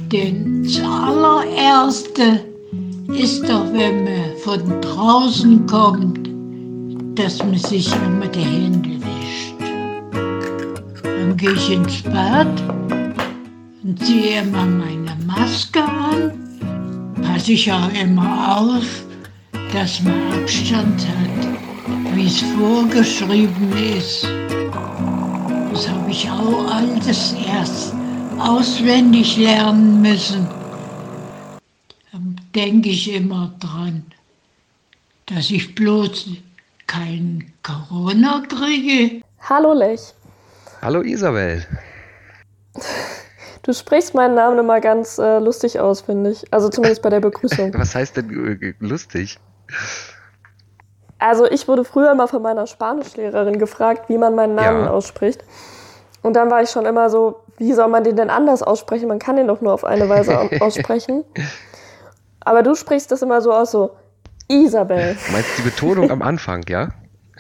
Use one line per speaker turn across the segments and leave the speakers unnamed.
Das allererste ist doch, wenn man von draußen kommt, dass man sich immer die Hände wäscht. Dann gehe ich ins Bad und ziehe immer meine Maske an. Passe ich auch immer auf, dass man Abstand hat, wie es vorgeschrieben ist. Das habe ich auch alles erst auswendig lernen müssen. Da denke ich immer dran, dass ich bloß kein Corona kriege.
Hallo Lech.
Hallo Isabel.
Du sprichst meinen Namen immer ganz lustig aus, finde ich. Also zumindest bei der Begrüßung.
Was heißt denn lustig?
Also ich wurde früher mal von meiner Spanischlehrerin gefragt, wie man meinen Namen ausspricht. Und dann war ich schon immer so, wie soll man den denn anders aussprechen? Man kann den doch nur auf eine Weise aussprechen. Aber du sprichst das immer so aus, so Isabel.
Du meinst die Betonung am Anfang, ja?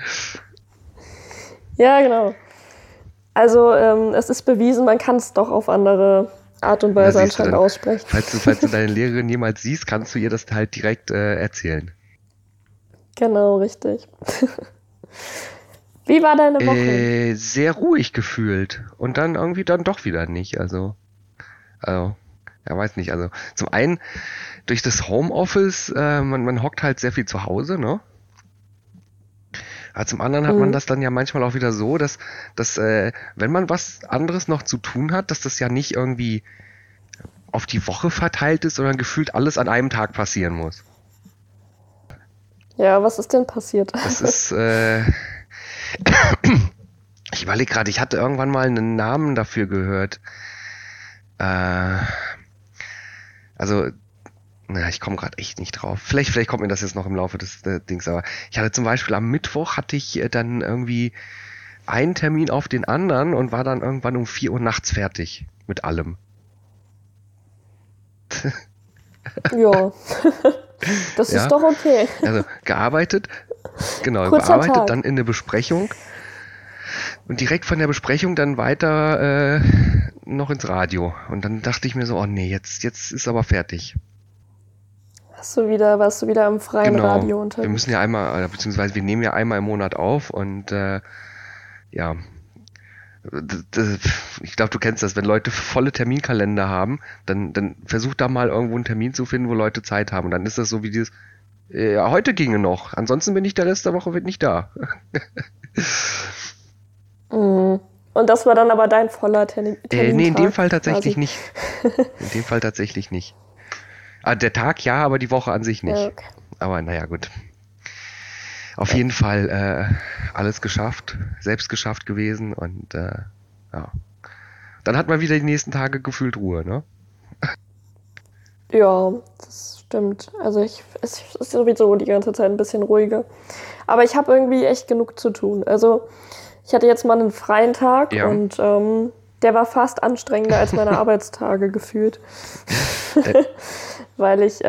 Ja, genau. Also es ist bewiesen, man kann es doch auf andere Art und Weise anscheinend aussprechen.
Falls du deine Lehrerin jemals siehst, kannst du ihr das halt direkt erzählen.
Genau, richtig. Wie war deine Woche?
Sehr ruhig gefühlt. Und dann irgendwie dann doch wieder nicht. Also, ja, weiß nicht. Also, zum einen durch das Homeoffice, man hockt halt sehr viel zu Hause, ne? Aber zum anderen hat man das dann ja manchmal auch wieder so, dass wenn man was anderes noch zu tun hat, dass das ja nicht irgendwie auf die Woche verteilt ist, sondern gefühlt alles an einem Tag passieren muss.
Ja, was ist denn passiert?
Das ist, ich überlege gerade, ich hatte irgendwann mal einen Namen dafür gehört. Also, ich komme gerade echt nicht drauf. Vielleicht kommt mir das jetzt noch im Laufe des Dings, aber ich hatte zum Beispiel am Mittwoch hatte ich dann irgendwie einen Termin auf den anderen und war dann irgendwann um 4 Uhr nachts fertig mit allem.
Ja, das ist doch okay.
Also gearbeitet, genau,
Kurzer
bearbeitet,
Tag.
dann in eine Besprechung und direkt von der Besprechung dann weiter noch ins Radio. Und dann dachte ich mir so, oh nee, jetzt ist aber fertig.
Warst du wieder im freien Radio unterwegs?
Wir müssen ja einmal, beziehungsweise wir nehmen ja einmal im Monat auf und ja, ich glaube, du kennst das, wenn Leute volle Terminkalender haben, dann versuch da mal irgendwo einen Termin zu finden, wo Leute Zeit haben. Und dann ist das so wie dieses, ja, heute ginge noch, ansonsten bin ich der Rest der Woche nicht da.
Und das war dann aber dein voller Termintag?
Nee, in dem Fall tatsächlich nicht. In dem Fall tatsächlich nicht. Der Tag ja, aber die Woche an sich nicht.
Ja, okay.
Aber naja, gut. Auf jeden Fall alles geschafft, selbst geschafft gewesen und ja. Dann hat man wieder die nächsten Tage gefühlt Ruhe, ne?
Ja, das stimmt. Also es ist sowieso die ganze Zeit ein bisschen ruhiger. Aber ich habe irgendwie echt genug zu tun. Also ich hatte jetzt mal einen freien Tag und der war fast anstrengender als meine Arbeitstage gefühlt. Weil ich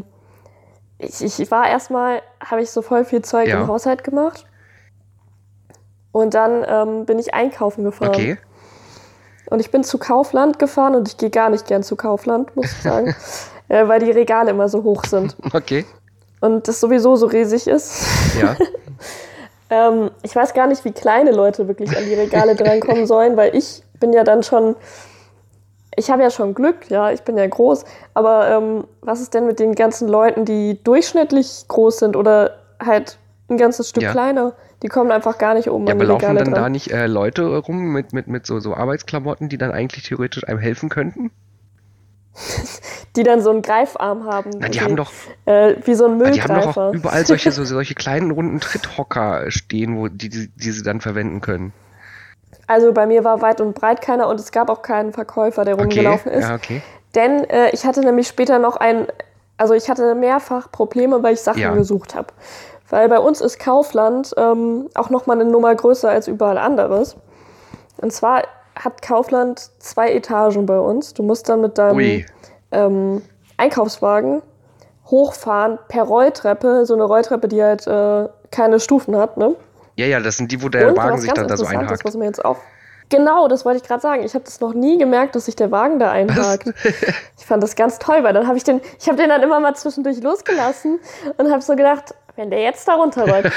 war erstmal, habe ich so voll viel Zeug im Haushalt gemacht. Und dann bin ich einkaufen gefahren.
Okay.
Und ich bin zu Kaufland gefahren und ich gehe gar nicht gern zu Kaufland, muss ich sagen, weil die Regale immer so hoch sind.
Okay.
Und das sowieso so riesig ist.
Ja.
Ich weiß gar nicht, wie kleine Leute wirklich an die Regale drankommen sollen, weil ich bin ja dann schon, ich habe ja schon Glück, ja, ich bin ja groß, aber was ist denn mit den ganzen Leuten, die durchschnittlich groß sind oder halt ein ganzes Stück kleiner? Die kommen einfach gar nicht oben an die Regale dran.
Ja, aber laufen dann da nicht Leute rum mit so Arbeitsklamotten, die dann eigentlich theoretisch einem helfen könnten?
Die dann so einen Greifarm haben.
Na, die haben doch
wie so ein Müllgreifer.
Die haben doch auch überall solche kleinen runden Tritthocker stehen, die sie dann verwenden können.
Also bei mir war weit und breit keiner und es gab auch keinen Verkäufer, der rumgelaufen ist.
Ja, okay.
Denn ich hatte nämlich später noch ich hatte mehrfach Probleme, weil ich Sachen gesucht habe. Weil bei uns ist Kaufland auch nochmal eine Nummer größer als überall anderes. Und zwar hat Kaufland 2 Etagen bei uns. Du musst dann mit deinem Einkaufswagen hochfahren per Rolltreppe. So eine Rolltreppe, die halt keine Stufen hat, ne?
Ja, das sind die, wo der Wagen sich dann da so
einhakt. Was mir jetzt Genau, das wollte ich gerade sagen. Ich habe das noch nie gemerkt, dass sich der Wagen da einhakt. Ich fand das ganz toll, weil dann habe ich den dann immer mal zwischendurch losgelassen und habe so gedacht, wenn der jetzt da runterrollt.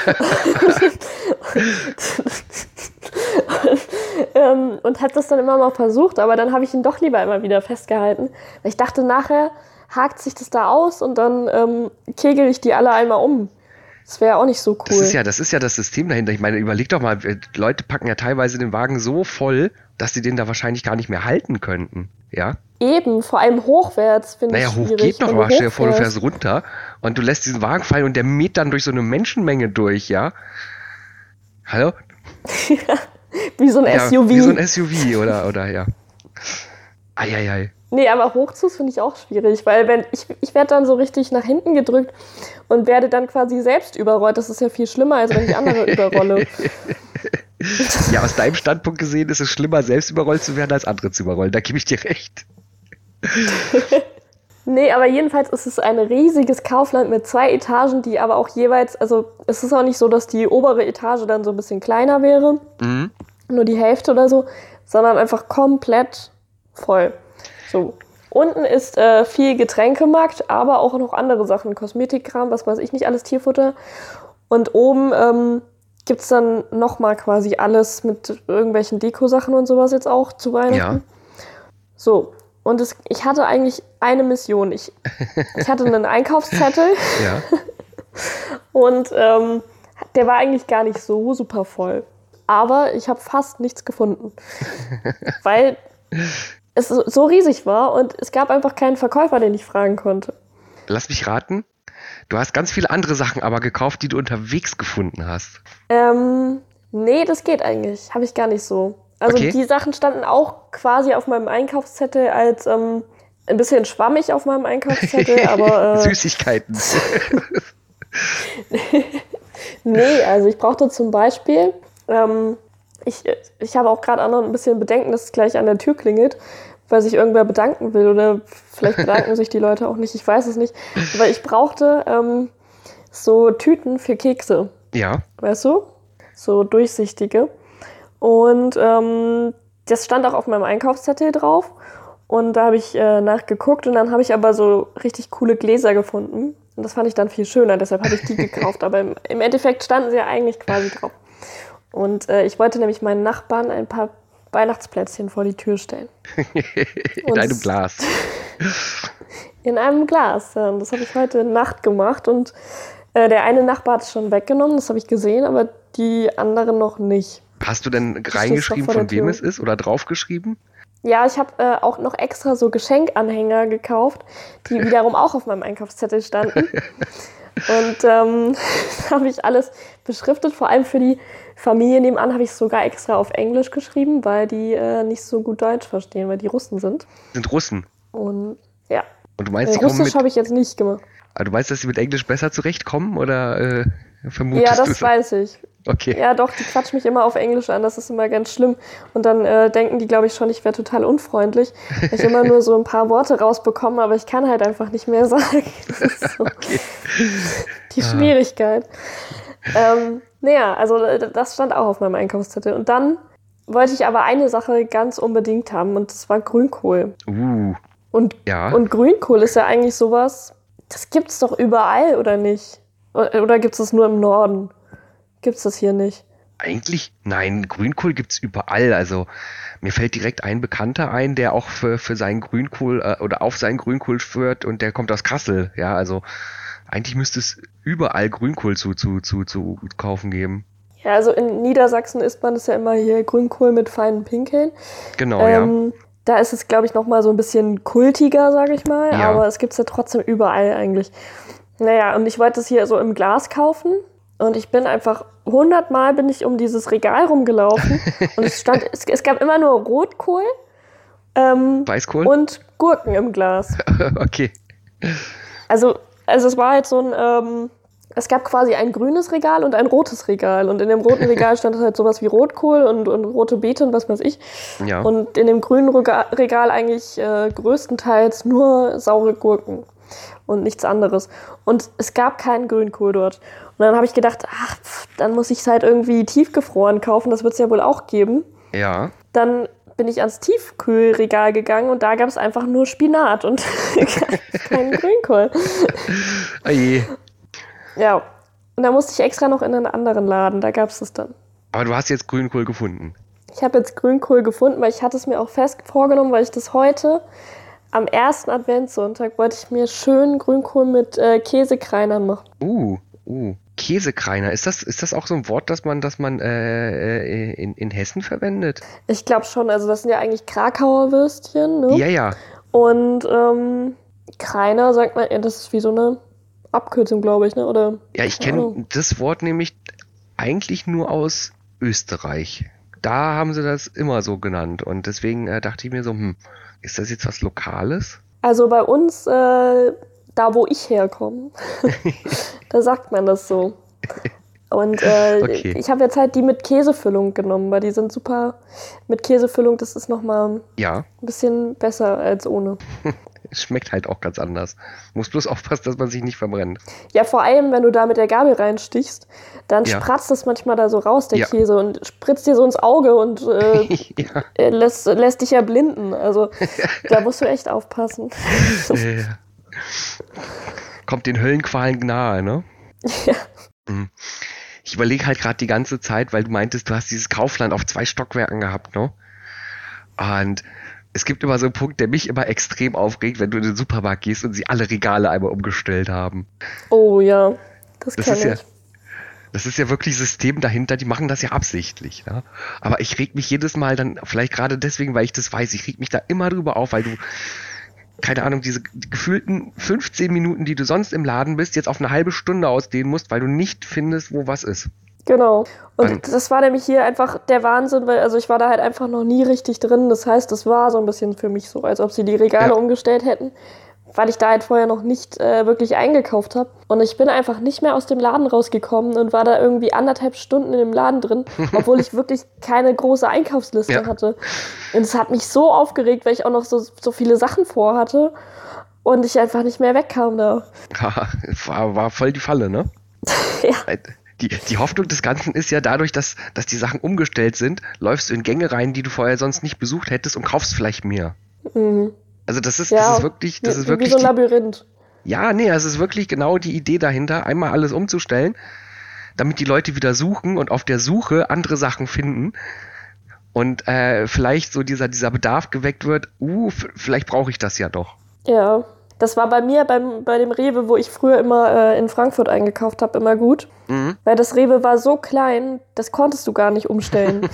Und habe das dann immer mal versucht, aber dann habe ich ihn doch lieber immer wieder festgehalten. Weil ich dachte, nachher hakt sich das da aus und dann kegel ich die alle einmal um. Das wäre auch nicht so cool.
Das ist ja das System dahinter. Ich meine, überleg doch mal, Leute packen ja teilweise den Wagen so voll, dass sie den da wahrscheinlich gar nicht mehr halten könnten. Ja?
Eben, vor allem hochwärts finde ich schwierig.
Hoch geht doch, aber stell dir vor, du fährst runter und du lässt diesen Wagen fallen und der mäht dann durch so eine Menschenmenge durch, ja? Hallo?
Wie so ein SUV.
Wie so ein SUV oder ja. Eieiei.
Nee, aber Hochzus finde ich auch schwierig, weil wenn ich werde dann so richtig nach hinten gedrückt und werde dann quasi selbst überrollt. Das ist ja viel schlimmer, als wenn ich andere überrolle.
Ja, aus deinem Standpunkt gesehen ist es schlimmer, selbst überrollt zu werden, als andere zu überrollen. Da gebe ich dir recht.
Nee, aber jedenfalls ist es ein riesiges Kaufland mit 2 Etagen, die aber auch jeweils, also es ist auch nicht so, dass die obere Etage dann so ein bisschen kleiner wäre, nur die Hälfte oder so, sondern einfach komplett voll. So. Unten ist viel Getränkemarkt, aber auch noch andere Sachen, Kosmetikkram, was weiß ich nicht, alles Tierfutter. Und oben gibt es dann nochmal quasi alles mit irgendwelchen Dekosachen und sowas jetzt auch zu Weihnachten.
Ja.
So, und ich hatte eigentlich eine Mission. Ich hatte einen Einkaufszettel
Ja.
und der war eigentlich gar nicht so super voll. Aber ich habe fast nichts gefunden, weil es so riesig war und es gab einfach keinen Verkäufer, den ich fragen konnte.
Lass mich raten. Du hast ganz viele andere Sachen aber gekauft, die du unterwegs gefunden hast.
Nee, das geht eigentlich. Habe ich gar nicht so. Also
Okay.
Die Sachen standen auch quasi auf meinem Einkaufszettel als ein bisschen schwammig auf meinem Einkaufszettel, aber
Süßigkeiten.
nee, also ich brauchte zum Beispiel, ich habe auch gerade auch noch ein bisschen Bedenken, dass es gleich an der Tür klingelt, weil sich irgendwer bedanken will oder vielleicht bedanken sich die Leute auch nicht, ich weiß es nicht. Aber ich brauchte so Tüten für Kekse,
Ja.
weißt du? So durchsichtige. Und das stand auch auf meinem Einkaufszettel drauf. Und da habe ich nachgeguckt und dann habe ich aber so richtig coole Gläser gefunden. Und das fand ich dann viel schöner, deshalb habe ich die gekauft. Aber im Endeffekt standen sie ja eigentlich quasi drauf. Und ich wollte nämlich meinen Nachbarn ein paar Weihnachtsplätzchen vor die Tür stellen.
In einem Glas.
In einem Glas, ja. Und das habe ich heute Nacht gemacht. Und der eine Nachbar hat es schon weggenommen, das habe ich gesehen, aber die anderen noch nicht.
Hast du denn
stehst
reingeschrieben,
doch vor
von
der
wem
Tür.
es ist oder draufgeschrieben?
Ja, ich habe auch noch extra so Geschenkanhänger gekauft, die wiederum auch auf meinem Einkaufszettel standen. Und habe ich alles beschriftet, vor allem für die Familie nebenan habe ich es sogar extra auf Englisch geschrieben, weil die nicht so gut Deutsch verstehen, weil die Russen sind.
Sind Russen.
Und ja,
Und du meinst, die kommen
Russisch
mit,
habe ich jetzt nicht gemacht.
du meinst, dass sie mit Englisch besser zurechtkommen oder vermutest
Ja,
du
das weiß ich.
Okay.
Ja, doch, die quatschen mich immer auf Englisch an, das ist immer ganz schlimm. Und dann denken die, glaube ich, schon, ich wäre total unfreundlich, weil ich immer nur so ein paar Worte rausbekomme, aber ich kann halt einfach nicht mehr sagen. Das ist so
Okay.
die Schwierigkeit. Naja, also das stand auch auf meinem Einkaufszettel. Und dann wollte ich aber eine Sache ganz unbedingt haben und das war Grünkohl. Und,
Ja.
und Grünkohl ist ja eigentlich sowas, das gibt's doch überall, oder nicht? Oder gibt's das nur im Norden? Gibt's das hier nicht?
Eigentlich, nein, Grünkohl gibt's überall. Also mir fällt direkt ein Bekannter ein, der auch für seinen Grünkohl oder auf seinen Grünkohl schwört und der kommt aus Kassel. Ja, also eigentlich müsste es überall Grünkohl zu kaufen geben.
Ja, also in Niedersachsen isst man das ja immer hier Grünkohl mit feinen Pinkeln.
Genau, ja.
Da ist es, glaube ich, noch mal so ein bisschen kultiger, sage ich mal.
Ja.
Aber es gibt's ja trotzdem überall eigentlich. Naja, und ich wollte es hier so im Glas kaufen. Und ich bin einfach 100-mal bin ich um dieses Regal rumgelaufen. Und es gab immer nur Rotkohl
Weißkohl?
und Gurken im Glas.
Okay.
Also es war halt so ein, es gab quasi ein grünes Regal und ein rotes Regal. Und in dem roten Regal stand halt sowas wie Rotkohl und rote Beete und was weiß ich.
Ja.
Und in dem grünen Regal eigentlich größtenteils nur saure Gurken und nichts anderes. Und es gab keinen Grünkohl dort. Und dann habe ich gedacht, dann muss ich es halt irgendwie tiefgefroren kaufen, das wird es ja wohl auch geben.
Ja.
Dann bin ich ans Tiefkühlregal gegangen und da gab es einfach nur Spinat und keinen Grünkohl.
Oje.
Ja, und da musste ich extra noch in einen anderen Laden, da gab es das dann.
Aber du hast jetzt Grünkohl gefunden.
Ich habe jetzt Grünkohl gefunden, weil ich hatte es mir auch fest vorgenommen, weil ich das heute am ersten Adventssonntag wollte ich mir schön Grünkohl mit Käsekreinern machen.
Käsekreiner. Ist das auch so ein Wort, das man in Hessen verwendet?
Ich glaube schon, also das sind ja eigentlich Krakauer Würstchen, ne?
Ja.
Und Kreiner sagt man, ja, das ist wie so eine Abkürzung, glaube ich, ne? Oder?
Ja, ich kenne das Wort nämlich eigentlich nur aus Österreich. Da haben sie das immer so genannt und deswegen dachte ich mir so, ist das jetzt was Lokales?
Also bei uns, da wo ich herkomme, da sagt man das so. Und
Okay.
ich habe jetzt halt die mit Käsefüllung genommen, weil die sind super mit Käsefüllung, das ist nochmal
Ja,
ein bisschen besser als ohne.
es schmeckt halt auch ganz anders. Muss bloß aufpassen, dass man sich nicht verbrennt.
Ja, vor allem, wenn du da mit der Gabel reinstichst, dann
Ja.
spratzt das manchmal da so raus, der
Ja.
Käse, und spritzt dir so ins Auge und
Ja.
lässt dich erblinden. Also da musst du echt aufpassen.
Äh, Kommt den Höllenqualen nahe, ne?
Ja.
Ich überlege halt gerade die ganze Zeit, weil du meintest, du hast dieses Kaufland auf 2 Stockwerken gehabt, ne? Und es gibt immer so einen Punkt, der mich immer extrem aufregt, wenn du in den Supermarkt gehst und sie alle Regale einmal umgestellt haben.
Oh ja, das
Das
kenne
ist ja,
ich.
das ist ja wirklich System dahinter, die machen das ja absichtlich, ne? Aber ich reg mich jedes Mal dann, vielleicht gerade deswegen, weil ich das weiß, ich reg mich da immer drüber auf, weil du, keine Ahnung, diese gefühlten 15 Minuten, die du sonst im Laden bist, jetzt auf eine halbe Stunde ausdehnen musst, weil du nicht findest, wo was ist.
Genau. Und
Dann-
das war nämlich hier einfach der Wahnsinn, weil also ich war da halt einfach noch nie richtig drin. Das heißt, das war so ein bisschen für mich so, als ob sie die Regale
Ja.
umgestellt hätten, weil ich da halt vorher noch nicht wirklich eingekauft habe. Und ich bin einfach nicht mehr aus dem Laden rausgekommen und war da irgendwie 1,5 Stunden in dem Laden drin, obwohl ich wirklich keine große Einkaufsliste
Ja.
hatte. Und es hat mich so aufgeregt, weil ich auch noch so viele Sachen vorhatte und ich einfach nicht mehr wegkam da.
War voll die Falle, ne?
Ja.
Die Hoffnung des Ganzen ist ja dadurch, dass die Sachen umgestellt sind, läufst du in Gänge rein, die du vorher sonst nicht besucht hättest und kaufst vielleicht mehr.
Mhm.
Also das ist
Ja,
wirklich,
wie so ein Labyrinth.
ja, nee, es ist wirklich genau die Idee dahinter, einmal alles umzustellen, damit die Leute wieder suchen und auf der Suche andere Sachen finden und vielleicht so dieser Bedarf geweckt wird, vielleicht brauche ich das ja doch.
Ja, das war bei mir bei dem Rewe, wo ich früher immer in Frankfurt eingekauft habe, immer gut.
Mhm.
Weil das Rewe war so klein, das konntest du gar nicht umstellen.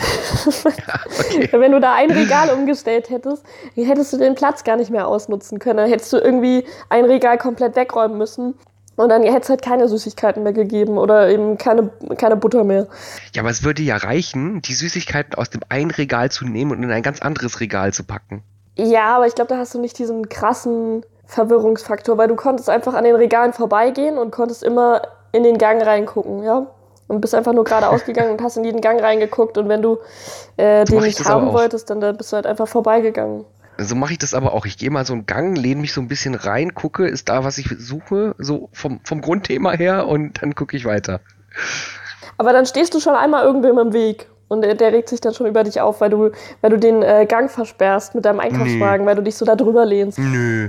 Okay.
Wenn du da ein Regal umgestellt hättest, hättest du den Platz gar nicht mehr ausnutzen können. Dann hättest du irgendwie ein Regal komplett wegräumen müssen. Und dann hätte es halt keine Süßigkeiten mehr gegeben oder eben keine Butter mehr.
Ja, aber es würde ja reichen, die Süßigkeiten aus dem einen Regal zu nehmen und in ein ganz anderes Regal zu packen.
Ja, aber ich glaube, da hast du nicht diesen krassen Verwirrungsfaktor, weil du konntest einfach an den Regalen vorbeigehen und konntest immer in den Gang reingucken, ja? Und bist einfach nur geradeaus gegangen und hast in jeden Gang reingeguckt und wenn du den
mach ich
nicht
das aber
haben
auch.
wolltest, dann bist du halt einfach vorbeigegangen.
So mache ich das aber auch. Ich gehe mal so einen Gang, lehne mich so ein bisschen rein, gucke, ist da, was ich suche, so vom Grundthema her und dann gucke ich weiter.
Aber dann stehst du schon einmal irgendwem im Weg und der regt sich dann schon über dich auf, weil du den Gang versperrst mit deinem Einkaufswagen, weil du dich so da drüber lehnst.
Nö.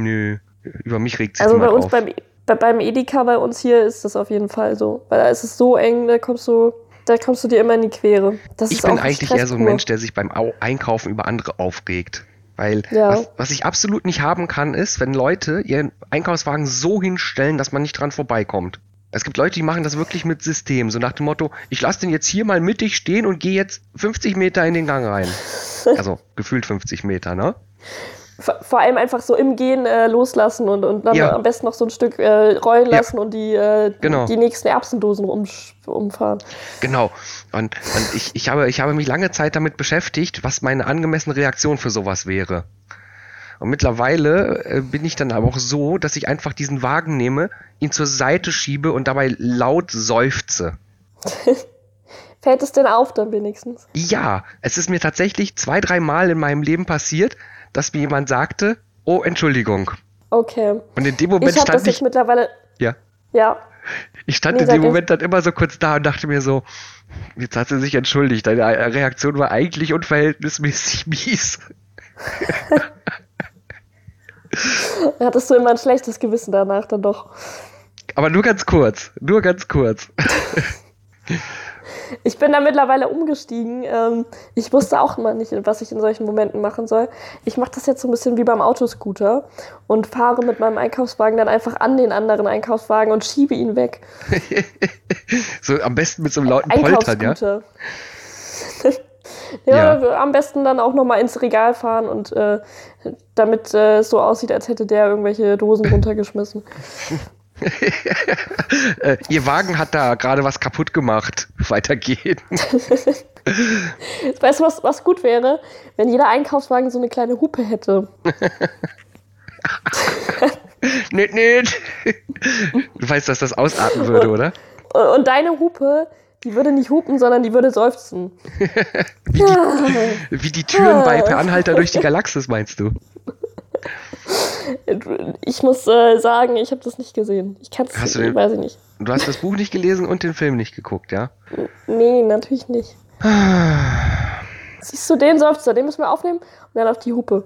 Über mich regt sich
Also bei
niemand
uns
auf.
beim Edeka bei uns hier ist das auf jeden Fall so. Weil da ist es so eng, da kommst du dir immer in die Quere. Das
Ich
ist
bin
auch
eigentlich
Stress
eher so ein
pur.
Mensch, der sich beim Einkaufen über andere aufregt. Weil
Ja.
was ich absolut nicht haben kann, ist, wenn Leute ihren Einkaufswagen so hinstellen, dass man nicht dran vorbeikommt. Es gibt Leute, die machen das wirklich mit System. So nach dem Motto, ich lasse den jetzt hier mal mittig stehen und gehe jetzt 50 Meter in den Gang rein. Also gefühlt 50 Meter, ne?
Vor allem einfach so im Gehen loslassen und dann
Ja.
am besten noch so ein Stück rollen
Ja.
lassen und
Genau.
die nächsten Erbsendosen umfahren.
Genau. Und ich habe mich lange Zeit damit beschäftigt, was meine angemessene Reaktion für sowas wäre. Und mittlerweile bin ich dann aber auch so, dass ich einfach diesen Wagen nehme, ihn zur Seite schiebe und dabei laut seufze.
Fällt es denn auf dann wenigstens?
Ja, es ist mir tatsächlich 2-3 Mal in meinem Leben passiert, dass mir jemand sagte, oh, Entschuldigung.
Okay.
Und in dem Moment
Ich habe das
stand
jetzt
ich,
mittlerweile,
ja,
ja,
Ich stand
Nee,
in dem
sag ich.
Moment dann immer so kurz da und dachte mir so, jetzt hat sie sich entschuldigt. Deine Reaktion war eigentlich unverhältnismäßig mies.
Hattest du immer ein schlechtes Gewissen danach dann doch.
Aber nur ganz kurz. Nur ganz kurz.
Ich bin da mittlerweile umgestiegen. Ich wusste auch immer nicht, was ich in solchen Momenten machen soll. Ich mache das jetzt so ein bisschen wie beim Autoscooter und fahre mit meinem Einkaufswagen dann einfach an den anderen Einkaufswagen und schiebe ihn weg.
So am besten mit so einem lauten Poltern, ja?
Einkaufsscooter. Ja, am besten dann auch nochmal ins Regal fahren und damit es so aussieht, als hätte der irgendwelche Dosen runtergeschmissen.
Ihr Wagen hat da gerade was kaputt gemacht. Weitergehen.
Weißt du, was gut wäre? Wenn jeder Einkaufswagen so eine kleine Hupe hätte.
Nicht. Du weißt, dass das ausatmen würde, oder?
Und deine Hupe, die würde nicht hupen, sondern die würde seufzen.
Wie die Türen bei Per Anhalter durch die Galaxis, meinst du?
Ich muss sagen, ich habe das nicht gesehen. Ich kann es, weiß ich nicht.
Du hast das Buch nicht gelesen und den Film nicht geguckt, ja?
Nee, natürlich nicht. Siehst du den Seufzer, den müssen wir aufnehmen und dann auf die Hupe.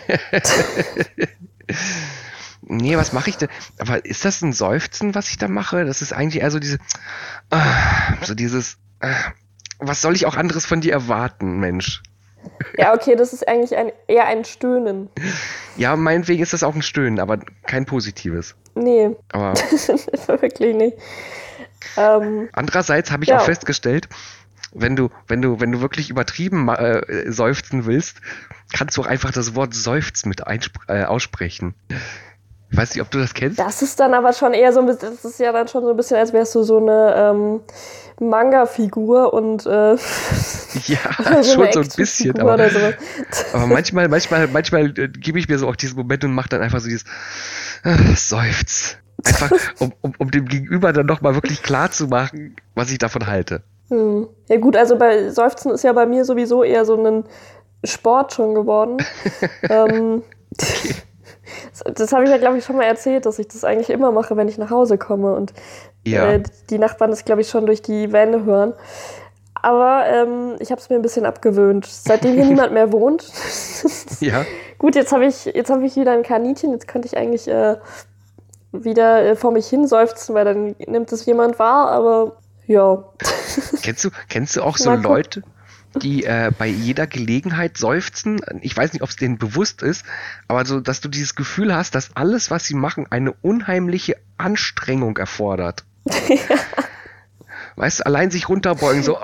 Nee, was mache ich denn? Aber ist das ein Seufzen, was ich da mache? Das ist eigentlich eher so dieses, was soll ich auch anderes von dir erwarten, Mensch?
Ja, okay, das ist eigentlich eher ein Stöhnen.
Ja, meinetwegen ist das auch ein Stöhnen, aber kein positives.
Nee,
Aber
wirklich nicht.
andererseits habe ich auch festgestellt, wenn du wirklich übertrieben seufzen willst, kannst du auch einfach das Wort Seufzen mit aussprechen. Ich weiß nicht, ob du das kennst.
Das ist dann aber schon eher so ein bisschen, das ist ja dann schon so ein bisschen, als wärst du so eine Manga-Figur und
ja,
so
schon so ein bisschen. Aber manchmal gebe ich mir so auch diesen Moment und mache dann einfach so dieses Seufz. Einfach, um dem Gegenüber dann nochmal wirklich klar zu machen, was ich davon halte.
Ja gut, also bei Seufzen ist ja bei mir sowieso eher so ein Sport schon geworden.
Okay.
Das habe ich ja, glaube ich, schon mal erzählt, dass ich das eigentlich immer mache, wenn ich nach Hause komme und die Nachbarn das, glaube ich, schon durch die Wände hören. Aber ich habe es mir ein bisschen abgewöhnt. Seitdem hier niemand mehr wohnt.
Ja.
Gut, jetzt hab ich wieder ein Kaninchen. Jetzt könnte ich eigentlich wieder vor mich hin seufzen, weil dann nimmt es jemand wahr. Aber ja.
Kennst du auch so Leute, die bei jeder Gelegenheit seufzen? Ich weiß nicht, ob es denen bewusst ist, aber so, dass du dieses Gefühl hast, dass alles, was sie machen, eine unheimliche Anstrengung erfordert. Ja. Weißt du, allein sich runterbeugen, so.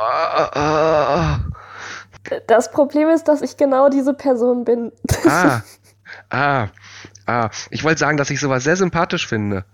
Das Problem ist, dass ich genau diese Person bin.
Ich wollte sagen, dass ich sowas sehr sympathisch finde.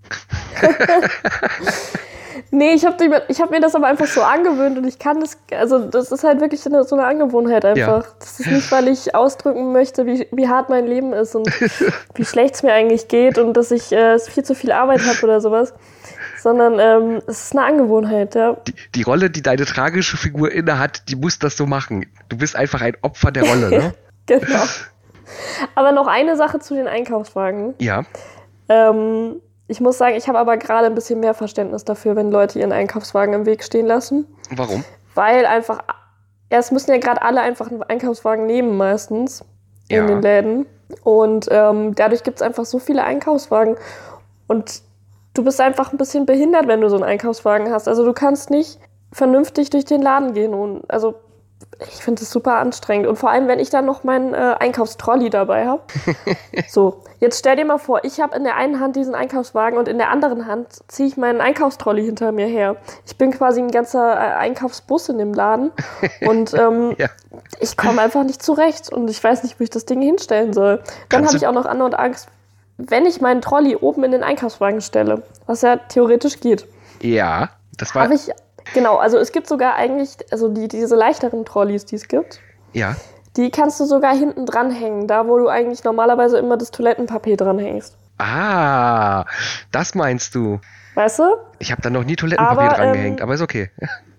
Nee, ich hab mir das aber einfach so angewöhnt und ich kann das, also das ist halt wirklich so eine Angewohnheit einfach. Ja. Das ist nicht, weil ich ausdrücken möchte, wie hart mein Leben ist und wie schlecht es mir eigentlich geht und dass ich viel zu viel Arbeit habe oder sowas, sondern es ist eine Angewohnheit, ja.
Die Rolle, die deine tragische Figur innehat, die muss das so machen. Du bist einfach ein Opfer der Rolle, ne?
Genau. Aber noch eine Sache zu den Einkaufswagen.
Ja.
Ich muss sagen, ich habe aber gerade ein bisschen mehr Verständnis dafür, wenn Leute ihren Einkaufswagen im Weg stehen lassen.
Warum?
Weil einfach, es müssen ja gerade alle einfach einen Einkaufswagen nehmen meistens in den Läden. Und dadurch gibt es einfach so viele Einkaufswagen. Und du bist einfach ein bisschen behindert, wenn du so einen Einkaufswagen hast. Also du kannst nicht vernünftig durch den Laden gehen. Und also ich finde das super anstrengend. Und vor allem, wenn ich dann noch meinen Einkaufstrolley dabei habe. So, jetzt stell dir mal vor, ich habe in der einen Hand diesen Einkaufswagen und in der anderen Hand ziehe ich meinen Einkaufstrolley hinter mir her. Ich bin quasi ein ganzer Einkaufsbus in dem Laden und ich komme einfach nicht zurecht und ich weiß nicht, wo ich das Ding hinstellen soll. Dann habe ich auch noch andauernd Angst, wenn ich meinen Trolley oben in den Einkaufswagen stelle, was ja theoretisch geht.
Ja, das war...
Genau, also es gibt sogar eigentlich, also diese leichteren Trolleys, die es gibt, die kannst du sogar hinten dranhängen, da wo du eigentlich normalerweise immer das Toilettenpapier dranhängst.
Ah, das meinst du.
Weißt du?
Ich habe da noch nie Toilettenpapier drangehängt, aber ist okay.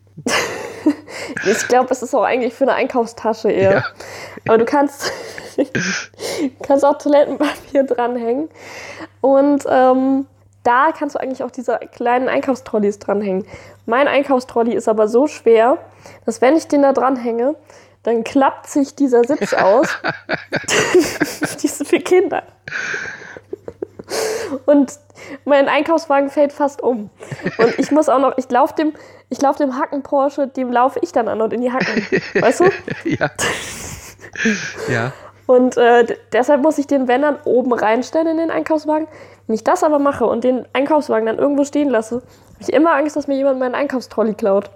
Ich glaube, es ist auch eigentlich für eine Einkaufstasche eher. Ja. Aber du kannst auch Toilettenpapier dranhängen und da kannst du eigentlich auch diese kleinen Einkaufstrolleys dranhängen. Mein Einkaufstrolley ist aber so schwer, dass wenn ich den da dranhänge, dann klappt sich dieser Sitz aus. Die ist für Kinder. Und mein Einkaufswagen fällt fast um. Und ich muss auch noch, ich laufe dem Hacken-Porsche, dem laufe ich dann an und in die Hacken. Weißt du?
Ja. Ja.
Und deshalb muss ich den, wenn dann, oben reinstellen in den Einkaufswagen. Wenn ich das aber mache und den Einkaufswagen dann irgendwo stehen lasse, habe ich immer Angst, dass mir jemand meinen Einkaufstrolley klaut.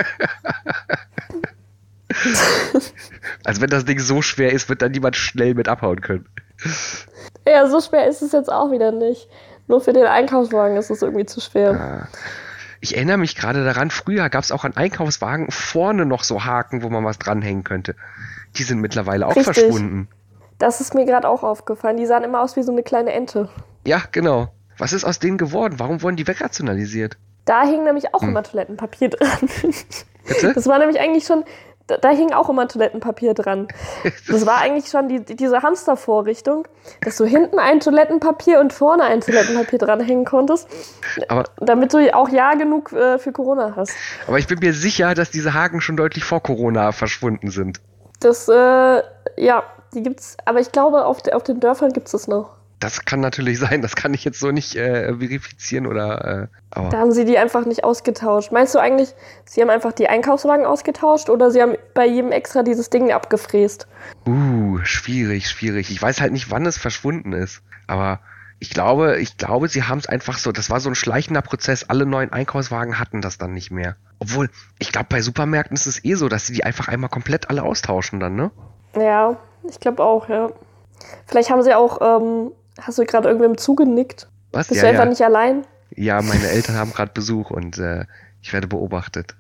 Also wenn das Ding so schwer ist, wird dann niemand schnell mit abhauen können.
Ja, so schwer ist es jetzt auch wieder nicht. Nur für den Einkaufswagen ist es irgendwie zu schwer.
Ich erinnere mich gerade daran, früher gab es auch an Einkaufswagen vorne noch so Haken, wo man was dranhängen könnte. Die sind mittlerweile auch
Richtig.
verschwunden.
Das ist mir gerade auch aufgefallen. Die sahen immer aus wie so eine kleine Ente.
Ja, genau. Was ist aus denen geworden? Warum wurden die wegrationalisiert?
Da hing nämlich auch immer Toilettenpapier dran.
Bitte?
Das war nämlich eigentlich schon, da hing auch immer Toilettenpapier dran. Das war eigentlich schon diese Hamstervorrichtung, dass du hinten ein Toilettenpapier und vorne ein Toilettenpapier dranhängen konntest,
Aber,
damit du auch ja genug für Corona hast.
aber ich bin mir sicher, dass diese Haken schon deutlich vor Corona verschwunden sind.
Das, ja, die gibt's, aber ich glaube, auf den Dörfern gibt's das noch.
Das kann natürlich sein, das kann ich jetzt so nicht verifizieren oder. Aber
Da haben sie die einfach nicht ausgetauscht. Meinst du eigentlich, sie haben einfach die Einkaufswagen ausgetauscht oder sie haben bei jedem extra dieses Ding abgefräst?
schwierig. Ich weiß halt nicht, wann es verschwunden ist. Aber ich glaube, sie haben es einfach so, das war so ein schleichender Prozess. Alle neuen Einkaufswagen hatten das dann nicht mehr. Obwohl, ich glaube, bei Supermärkten ist es so, dass sie die einfach einmal komplett alle austauschen dann, ne?
Ja, ich glaube auch, ja. Vielleicht haben sie auch, hast du gerade irgendwem zugenickt?
Was?
Bist du einfach nicht allein?
Ja, meine Eltern haben gerade Besuch und ich werde beobachtet.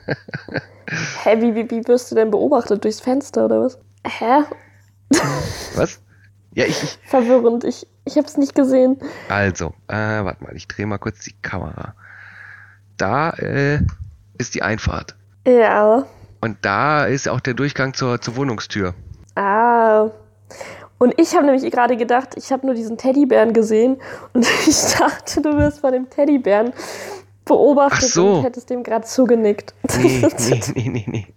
Hä, wie wirst du denn beobachtet? Durchs Fenster oder was? Hä?
Was? Ja, ich.
Verwirrend, ich hab's nicht gesehen.
Also, warte mal, ich drehe mal kurz die Kamera. Da ist die Einfahrt.
Ja.
Und da ist auch der Durchgang zur Wohnungstür.
Ah. Und ich habe nämlich gerade gedacht, ich habe nur diesen Teddybären gesehen und ich dachte, du wirst von dem Teddybären beobachtet.
Ach so.
Und hättest dem gerade zugenickt.
Nee.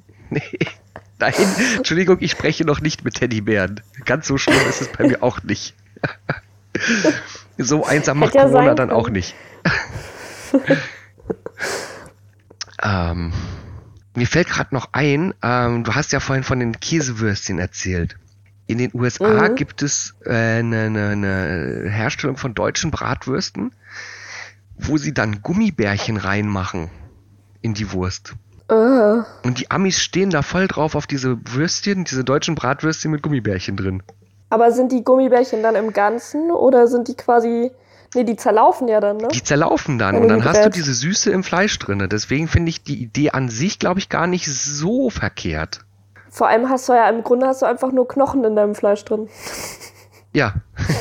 Nein, Entschuldigung, ich spreche noch nicht mit Teddybären. Ganz so schlimm ist es bei mir auch nicht. So einsam macht
Hätte ja
Corona
sein
dann
können.
auch nicht. Mir fällt gerade noch ein, du hast ja vorhin von den Käsewürstchen erzählt. In den USA gibt es eine Herstellung von deutschen Bratwürsten, wo sie dann Gummibärchen reinmachen in die Wurst. Und die Amis stehen da voll drauf auf diese Würstchen, diese deutschen Bratwürstchen mit Gummibärchen drin.
Aber sind die Gummibärchen dann im Ganzen oder sind die quasi... Nee, die zerlaufen ja dann, ne?
Die zerlaufen dann
Wenn
und
du
dann
die
hast du
brätst.
diese Süße im Fleisch drin. Deswegen finde ich die Idee an sich, glaube ich, gar nicht so verkehrt.
Vor allem hast du ja im Grunde einfach nur Knochen in deinem Fleisch drin.
Ja.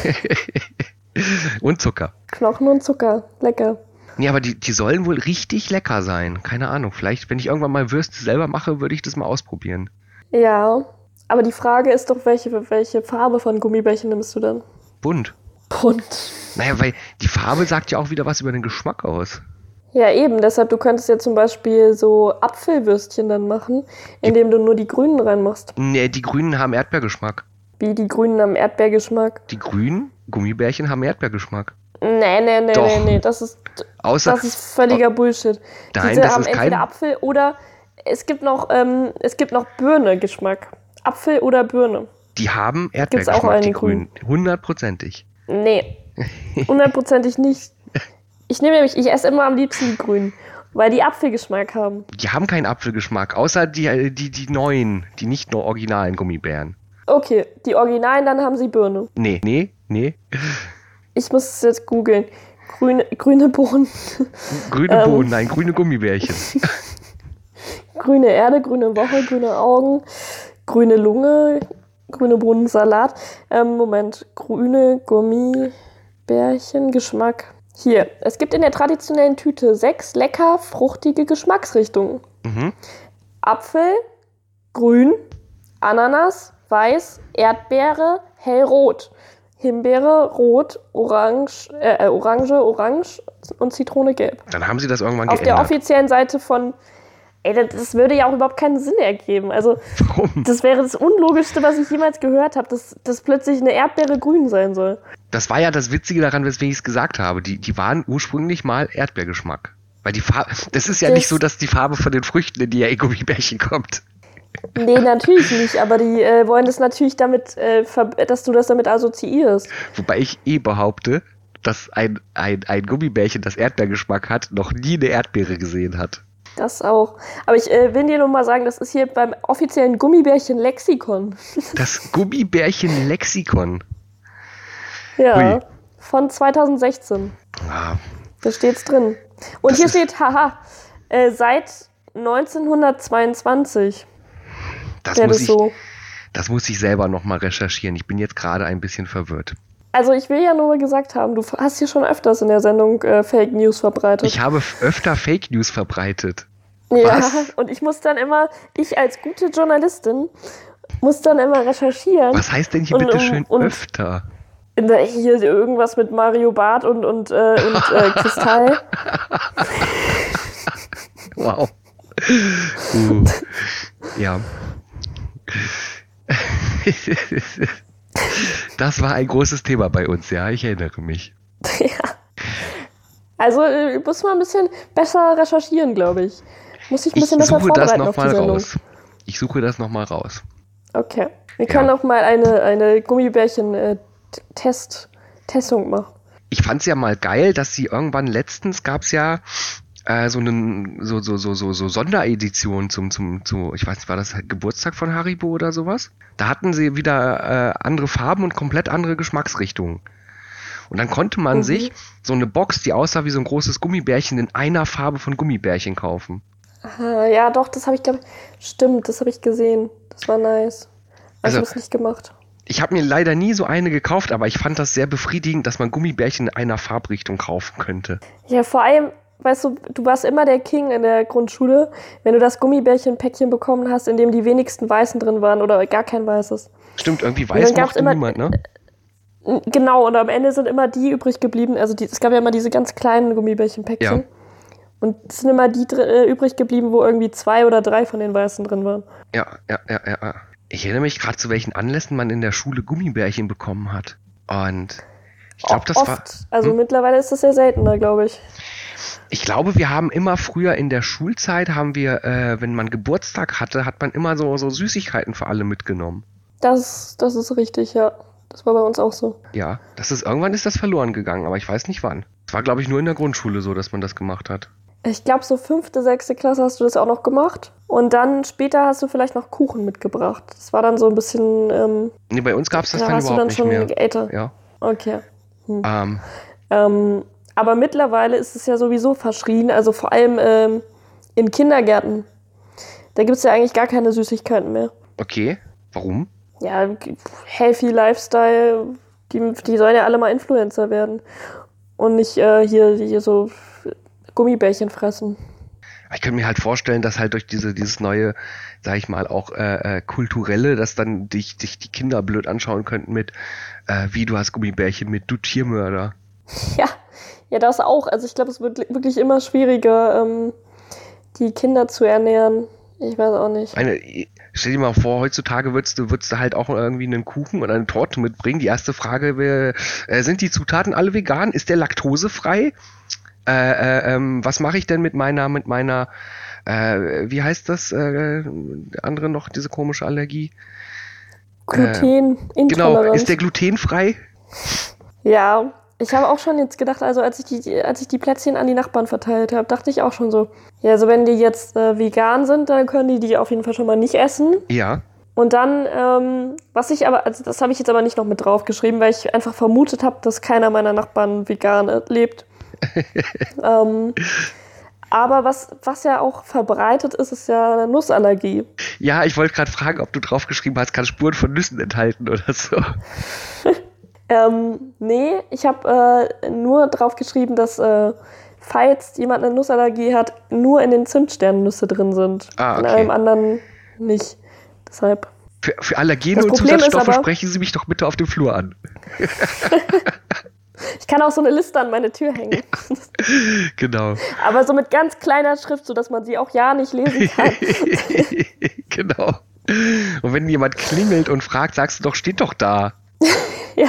Und Zucker.
Knochen und Zucker. Lecker.
Nee, aber die sollen wohl richtig lecker sein. Keine Ahnung. Vielleicht, wenn ich irgendwann mal Würste selber mache, würde ich das mal ausprobieren.
Ja. Aber die Frage ist doch, welche Farbe von Gummibärchen nimmst du dann?
Bunt.
Bunt.
Naja, weil die Farbe sagt ja auch wieder was über den Geschmack aus.
Ja, eben. Deshalb, du könntest ja zum Beispiel so Apfelwürstchen dann machen, indem du nur die Grünen reinmachst.
Nee, die Grünen haben Erdbeergeschmack.
Wie die Grünen am Erdbeergeschmack.
Die grünen Gummibärchen haben Erdbeergeschmack.
Nee. Das ist
Außer,
völliger Bullshit.
Nein,
Diese
das
haben
ist
entweder
kein-
Apfel oder es gibt noch Birne-Geschmack. Apfel oder Birne.
die haben
Gibt's auch
Erdbeergeschmack,
eine
die Grünen. 100%ig.
Nee, 100%ig nicht. Ich esse immer am liebsten die Grünen, weil die Apfelgeschmack haben.
Die haben keinen Apfelgeschmack, außer die neuen, die nicht nur originalen Gummibären.
Okay, die Originalen, dann haben sie Birne.
Nee.
Ich muss es jetzt googeln. Grüne Bohnen,
Grüne Bohnen, nein, grüne Gummibärchen.
grüne Erde, grüne Woche, grüne Augen, grüne Lunge, grüne Bohnensalat. Moment, grüne Gummibärchen, Geschmack. Hier, es gibt in der traditionellen Tüte 6 lecker, fruchtige Geschmacksrichtungen. Apfel, grün, Ananas, weiß, Erdbeere, hellrot. Himbeere, rot, orange und Zitrone gelb.
Dann haben sie das irgendwann
Auf
geändert.
der offiziellen Seite von... Ey, das würde ja auch überhaupt keinen Sinn ergeben. Also,
Warum?
das wäre das Unlogischste, was ich jemals gehört habe, dass plötzlich eine Erdbeere grün sein soll.
Das war ja das Witzige daran, weswegen ich es gesagt habe. Die waren ursprünglich mal Erdbeergeschmack. Weil die Farbe, das ist ja nicht so, dass die Farbe von den Früchten in die Gummibärchen kommt.
Nee, natürlich nicht, aber die wollen das natürlich damit, dass du das damit assoziierst.
Wobei ich behaupte, dass ein Gummibärchen, das Erdbeergeschmack hat, noch nie eine Erdbeere gesehen hat.
Das auch. Aber ich will dir nur mal sagen, das ist hier beim offiziellen Gummibärchen-Lexikon.
Das Gummibärchen-Lexikon.
Ja,
Hui.
von 2016.
Ah,
Da steht's drin. Und
Das
hier
ist-
steht, seit 1922
das
wäre
muss
das
ich,
so.
das muss ich selber nochmal recherchieren. Ich bin jetzt gerade ein bisschen verwirrt.
Also ich will ja nur mal gesagt haben, du hast hier schon öfters in der Sendung Fake News verbreitet.
Ich habe öfter Fake News verbreitet.
Ja,
Was?
und ich muss dann immer, ich als gute Journalistin, muss dann immer recherchieren.
Was heißt denn hier
Und-
bitte schön
und-
öfter?
Hier irgendwas mit Mario Barth und Kristall.
Wow. Ja. Das war ein großes Thema bei uns, ja, ich erinnere mich.
Ja. Also muss man ein bisschen besser recherchieren, glaube ich. Muss ich ein
Ich
bisschen besser
suche das
vorbereiten auf die
nochmal
Sendung.
raus. Ich suche das nochmal raus.
Okay. Wir können auch mal eine Gummibärchen-Testung machen.
Ich fand's ja mal geil, dass sie irgendwann letztens gab's ja so Sonderedition zu, ich weiß nicht, war das Geburtstag von Haribo oder sowas? Da hatten sie wieder andere Farben und komplett andere Geschmacksrichtungen. Und dann konnte man sich so eine Box, die aussah wie so ein großes Gummibärchen, in einer Farbe von Gummibärchen kaufen.
Ja, doch, das habe ich, glaube ich, stimmt, das habe ich gesehen. Das war nice. Aber
Also-
ich habe es nicht gemacht.
Ich habe mir leider nie so eine gekauft, aber ich fand das sehr befriedigend, dass man Gummibärchen in einer Farbrichtung kaufen könnte.
Ja, vor allem, weißt du, du warst immer der King in der Grundschule, wenn du das Gummibärchen-Päckchen bekommen hast, in dem die wenigsten Weißen drin waren oder gar kein Weißes.
Stimmt, irgendwie
dann
weiß
gab's
mochte
immer-
niemand, ne?
Genau, und am Ende sind immer die übrig geblieben. Also es gab ja immer diese ganz kleinen Gummibärchen-Päckchen.
Ja.
Und es sind immer die übrig geblieben, wo irgendwie 2 oder 3 von den Weißen drin waren.
Ja. Ich erinnere mich gerade, zu welchen Anlässen man in der Schule Gummibärchen bekommen hat. Und ich glaube, das
Oft.
war.
Also mittlerweile ist das sehr seltener, glaube ich.
Ich glaube, wir haben immer früher in der Schulzeit, wenn man Geburtstag hatte, hat man immer so Süßigkeiten für alle mitgenommen.
Das ist richtig, ja. Das war bei uns auch so.
Ja, irgendwann ist das verloren gegangen, aber ich weiß nicht wann. Es war, glaube ich, nur in der Grundschule so, dass man das gemacht hat.
Ich glaube, so 5., 6. Klasse hast du das auch noch gemacht. Und dann später hast du vielleicht noch Kuchen mitgebracht. Das war dann so ein bisschen...
Nee, bei uns gab es das
da
dann
warst du
überhaupt
dann
nicht
schon
mehr.
älter.
Ja.
Okay.
Ähm,
Aber mittlerweile ist es ja sowieso verschrien. Also vor allem in Kindergärten. Da gibt es ja eigentlich gar keine Süßigkeiten mehr.
okay. Warum?
Ja, healthy Lifestyle, die sollen ja alle mal Influencer werden. Und nicht hier so Gummibärchen fressen.
Ich könnte mir halt vorstellen, dass halt durch dieses neue, sag ich mal, auch kulturelle, dass dann dich die Kinder blöd anschauen könnten mit, wie du hast Gummibärchen mit, du Tiermörder.
Ja, das auch. Also ich glaube, es wird wirklich immer schwieriger, die Kinder zu ernähren. Ich weiß auch nicht.
Stell dir mal vor, heutzutage würdest du halt auch irgendwie einen Kuchen oder eine Torte mitbringen. Die erste Frage wäre, sind die Zutaten alle vegan? Ist der laktosefrei? Was mache ich denn mit meiner, wie heißt das, andere noch, diese komische Allergie?
Glutenintoleranz.
Genau, ist der glutenfrei?
Ja, ich habe auch schon jetzt gedacht, also als ich die Plätzchen an die Nachbarn verteilt habe, dachte ich auch schon so, ja, also wenn die jetzt vegan sind, dann können die auf jeden Fall schon mal nicht essen.
Ja.
Und dann, also das habe ich jetzt aber nicht noch mit draufgeschrieben, weil ich einfach vermutet habe, dass keiner meiner Nachbarn vegan lebt. Aber was ja auch verbreitet ist, ist ja eine Nussallergie.
Ja, ich wollte gerade fragen, ob du draufgeschrieben hast, kann Spuren von Nüssen enthalten oder so.
Nee, ich habe nur draufgeschrieben, dass falls jemand eine Nussallergie hat, nur in den Zimtsternen Nüsse drin sind.
Ah, okay.
In allem anderen nicht. Deshalb.
Für Allergene
Das
und
Problem ist
Zusatzstoffe
aber-
sprechen Sie mich doch bitte auf dem Flur an.
Ich kann auch so eine Liste an meine Tür hängen.
Genau.
Aber so mit ganz kleiner Schrift, sodass man sie auch ja nicht lesen kann.
Genau. Und wenn jemand klingelt und fragt, sagst du doch, steht doch da.
Ja.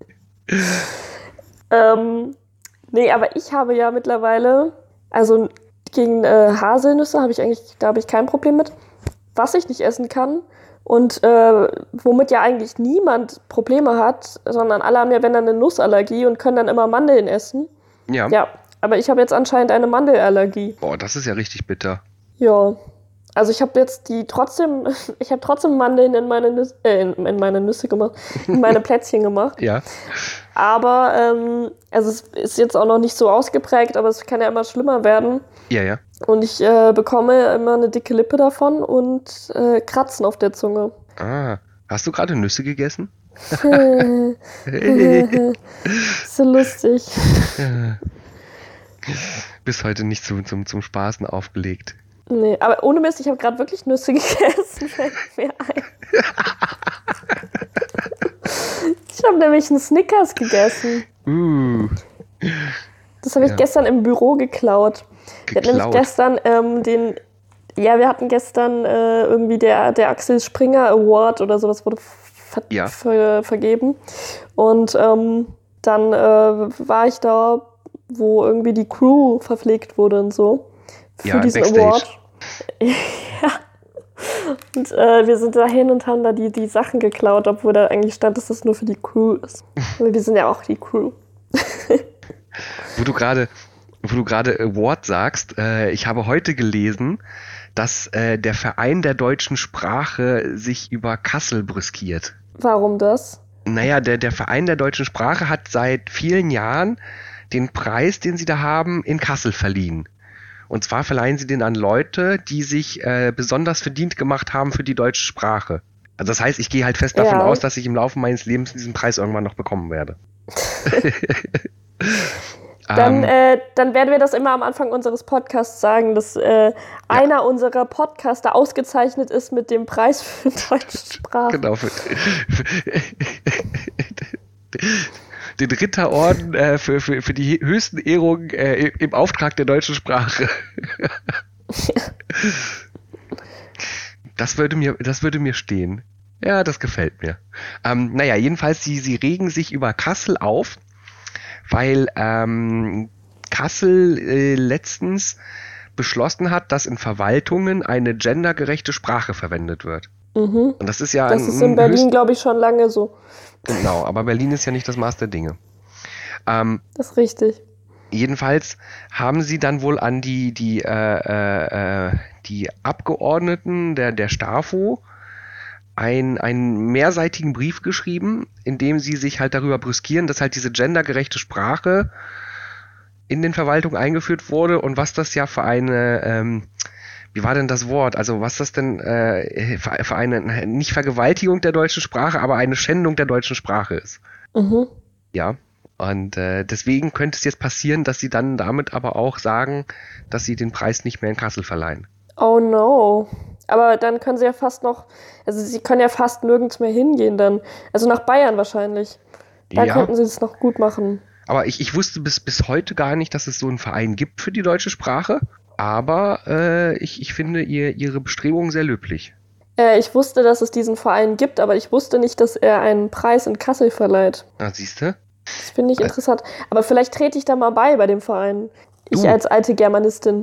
Nee, aber ich habe ja mittlerweile, also gegen Haselnüsse da habe ich kein Problem mit. Was ich nicht essen kann und womit ja eigentlich niemand Probleme hat, sondern alle haben ja, wenn dann, eine Nussallergie und können dann immer Mandeln essen.
Ja.
Ja, aber ich habe jetzt anscheinend eine Mandelallergie.
Boah, das ist ja richtig bitter.
Ja. Also ich habe jetzt trotzdem Mandeln in meine Nüsse gemacht, in meine Plätzchen gemacht.
Ja.
Aber also es ist jetzt auch noch nicht so ausgeprägt, aber es kann ja immer schlimmer werden.
Ja, ja.
Und ich bekomme immer eine dicke Lippe davon und Kratzen auf der Zunge.
Ah, hast du gerade Nüsse gegessen?
So lustig.
Bis heute nicht zum Spaßen aufgelegt.
Nee, aber ohne Mist, ich habe gerade wirklich Nüsse gegessen. Fällt mir ein. Ich habe nämlich einen Snickers gegessen. Das habe ich gestern im Büro geklaut. Wir hatten nämlich gestern wir hatten gestern irgendwie der Axel Springer Award oder sowas wurde vergeben. Und dann war ich da, wo irgendwie die Crew verpflegt wurde und so. Für diesen
Backstage.
Award. Ja. Und wir sind dahin und haben da die Sachen geklaut, obwohl da eigentlich stand, dass das nur für die Crew ist. Weil wir sind ja auch die Crew.
Wo du gerade Award sagst, ich habe heute gelesen, dass der Verein der deutschen Sprache sich über Kassel brüskiert.
Warum das?
Naja, der Verein der deutschen Sprache hat seit vielen Jahren den Preis, den sie da haben, in Kassel verliehen. Und zwar verleihen sie den an Leute, die sich besonders verdient gemacht haben für die deutsche Sprache. Also das heißt, ich gehe halt fest davon aus, dass ich im Laufe meines Lebens diesen Preis irgendwann noch bekommen werde.
Dann werden wir das immer am Anfang unseres Podcasts sagen, dass einer unserer Podcaster ausgezeichnet ist mit dem Preis für deutsche Sprache.
Genau. Den Ritterorden für die höchsten Ehrungen im Auftrag der deutschen Sprache. Das würde mir stehen. Ja, das gefällt mir. Naja, jedenfalls, sie regen sich über Kassel auf, weil Kassel letztens beschlossen hat, dass in Verwaltungen eine gendergerechte Sprache verwendet wird.
Mhm.
Und das ist ja
das ist in Berlin, glaube ich, schon lange so.
Genau, aber Berlin ist ja nicht das Maß der Dinge.
Das ist richtig.
Jedenfalls haben sie dann wohl an die Abgeordneten der STAFO einen mehrseitigen Brief geschrieben, in dem sie sich halt darüber brüskieren, dass halt diese gendergerechte Sprache in den Verwaltungen eingeführt wurde und was das ja für eine, wie war denn das Wort? Also was das denn für eine, nicht Vergewaltigung der deutschen Sprache, aber eine Schändung der deutschen Sprache ist.
Mhm.
Ja, und deswegen könnte es jetzt passieren, dass sie dann damit aber auch sagen, dass sie den Preis nicht mehr in Kassel verleihen.
Oh no. Aber dann können sie ja sie können ja fast nirgends mehr hingehen dann. Also nach Bayern wahrscheinlich. Da könnten sie es noch gut machen.
Aber ich wusste bis heute gar nicht, dass es so einen Verein gibt für die deutsche Sprache. Aber ich finde ihre Bestrebungen sehr löblich.
Ich wusste, dass es diesen Verein gibt, aber ich wusste nicht, dass er einen Preis in Kassel verleiht.
Ah, siehst du?
Das finde ich interessant. Aber vielleicht trete ich da mal bei dem Verein. Ich als alte Germanistin.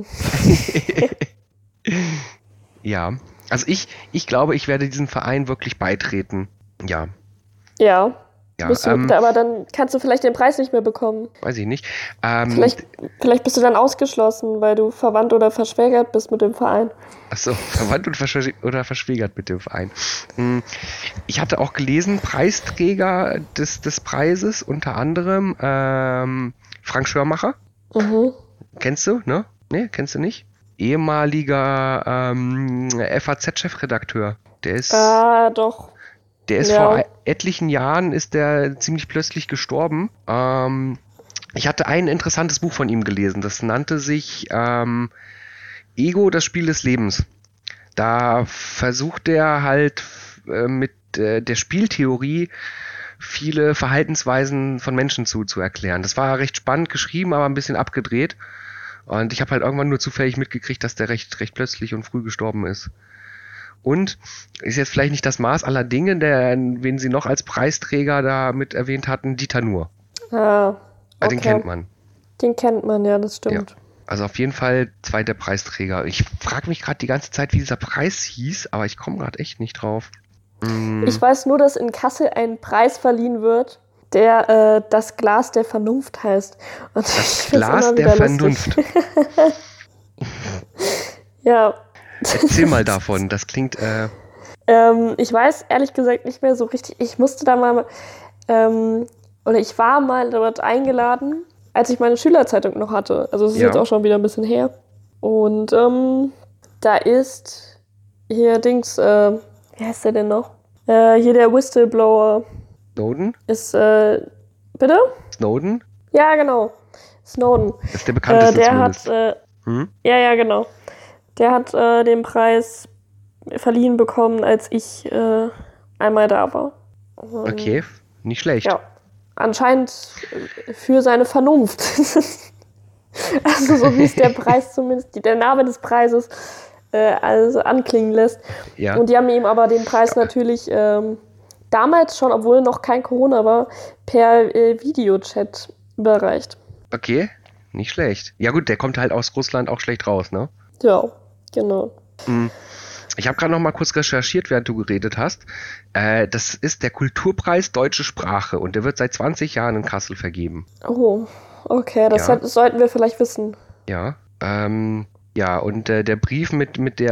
Ja, also ich glaube, ich werde diesem Verein wirklich beitreten. Ja.
Ja. Aber dann kannst du vielleicht den Preis nicht mehr bekommen.
Weiß ich nicht.
Vielleicht bist du dann ausgeschlossen, weil du verwandt oder verschwägert bist mit dem Verein.
Achso, verwandt oder verschwägert mit dem Verein. Ich hatte auch gelesen, Preisträger des Preises, unter anderem Frank Schörmacher.
Mhm.
Kennst du, ne? Ne, kennst du nicht? Ehemaliger FAZ-Chefredakteur. Der ist...
doch.
Der ist vor etlichen Jahren ist der ziemlich plötzlich gestorben. Ich hatte ein interessantes Buch von ihm gelesen. Das nannte sich Ego, das Spiel des Lebens. Da versucht er halt mit der Spieltheorie viele Verhaltensweisen von Menschen zu erklären. Das war recht spannend geschrieben, aber ein bisschen abgedreht. Und ich habe halt irgendwann nur zufällig mitgekriegt, dass der recht plötzlich und früh gestorben ist. Und ist jetzt vielleicht nicht das Maß aller Dinge, wen sie noch als Preisträger da mit erwähnt hatten, Dieter Nuhr.
Ah, okay.
Den kennt man.
Den kennt man, ja, das stimmt.
Ja. Also auf jeden Fall zweiter Preisträger. Ich frage mich gerade die ganze Zeit, wie dieser Preis hieß, aber ich komme gerade echt nicht drauf.
Ich weiß nur, dass in Kassel ein Preis verliehen wird, der das Glas der Vernunft heißt. Und
das Glas der Vernunft.
Ja.
Erzähl mal davon, das klingt...
ich weiß ehrlich gesagt nicht mehr so richtig. Ich musste da mal... oder ich war mal dort eingeladen, als ich meine Schülerzeitung noch hatte. Also es ist jetzt auch schon wieder ein bisschen her. Und da ist hier wie heißt der denn noch? Hier der Whistleblower.
Snowden?
Ist, bitte?
Snowden?
Ja, genau. Snowden.
Das ist der bekannteste
der
zumindest.
Ja, genau. Der hat den Preis verliehen bekommen, als ich einmal da war.
Okay, nicht schlecht.
Ja, anscheinend für seine Vernunft. Also so wie es der Preis zumindest, der Name des Preises also anklingen lässt.
Ja.
Und die haben ihm aber den Preis natürlich damals schon, obwohl noch kein Corona war, per Videochat überreicht.
Okay, nicht schlecht. Ja gut, der kommt halt aus Russland auch schlecht raus, ne?
Ja, genau.
Ich habe gerade noch mal kurz recherchiert, während du geredet hast. Das ist der Kulturpreis Deutsche Sprache und der wird seit 20 Jahren in Kassel vergeben.
Oh, okay, das sollten wir vielleicht wissen.
Ja, ja, und der Brief der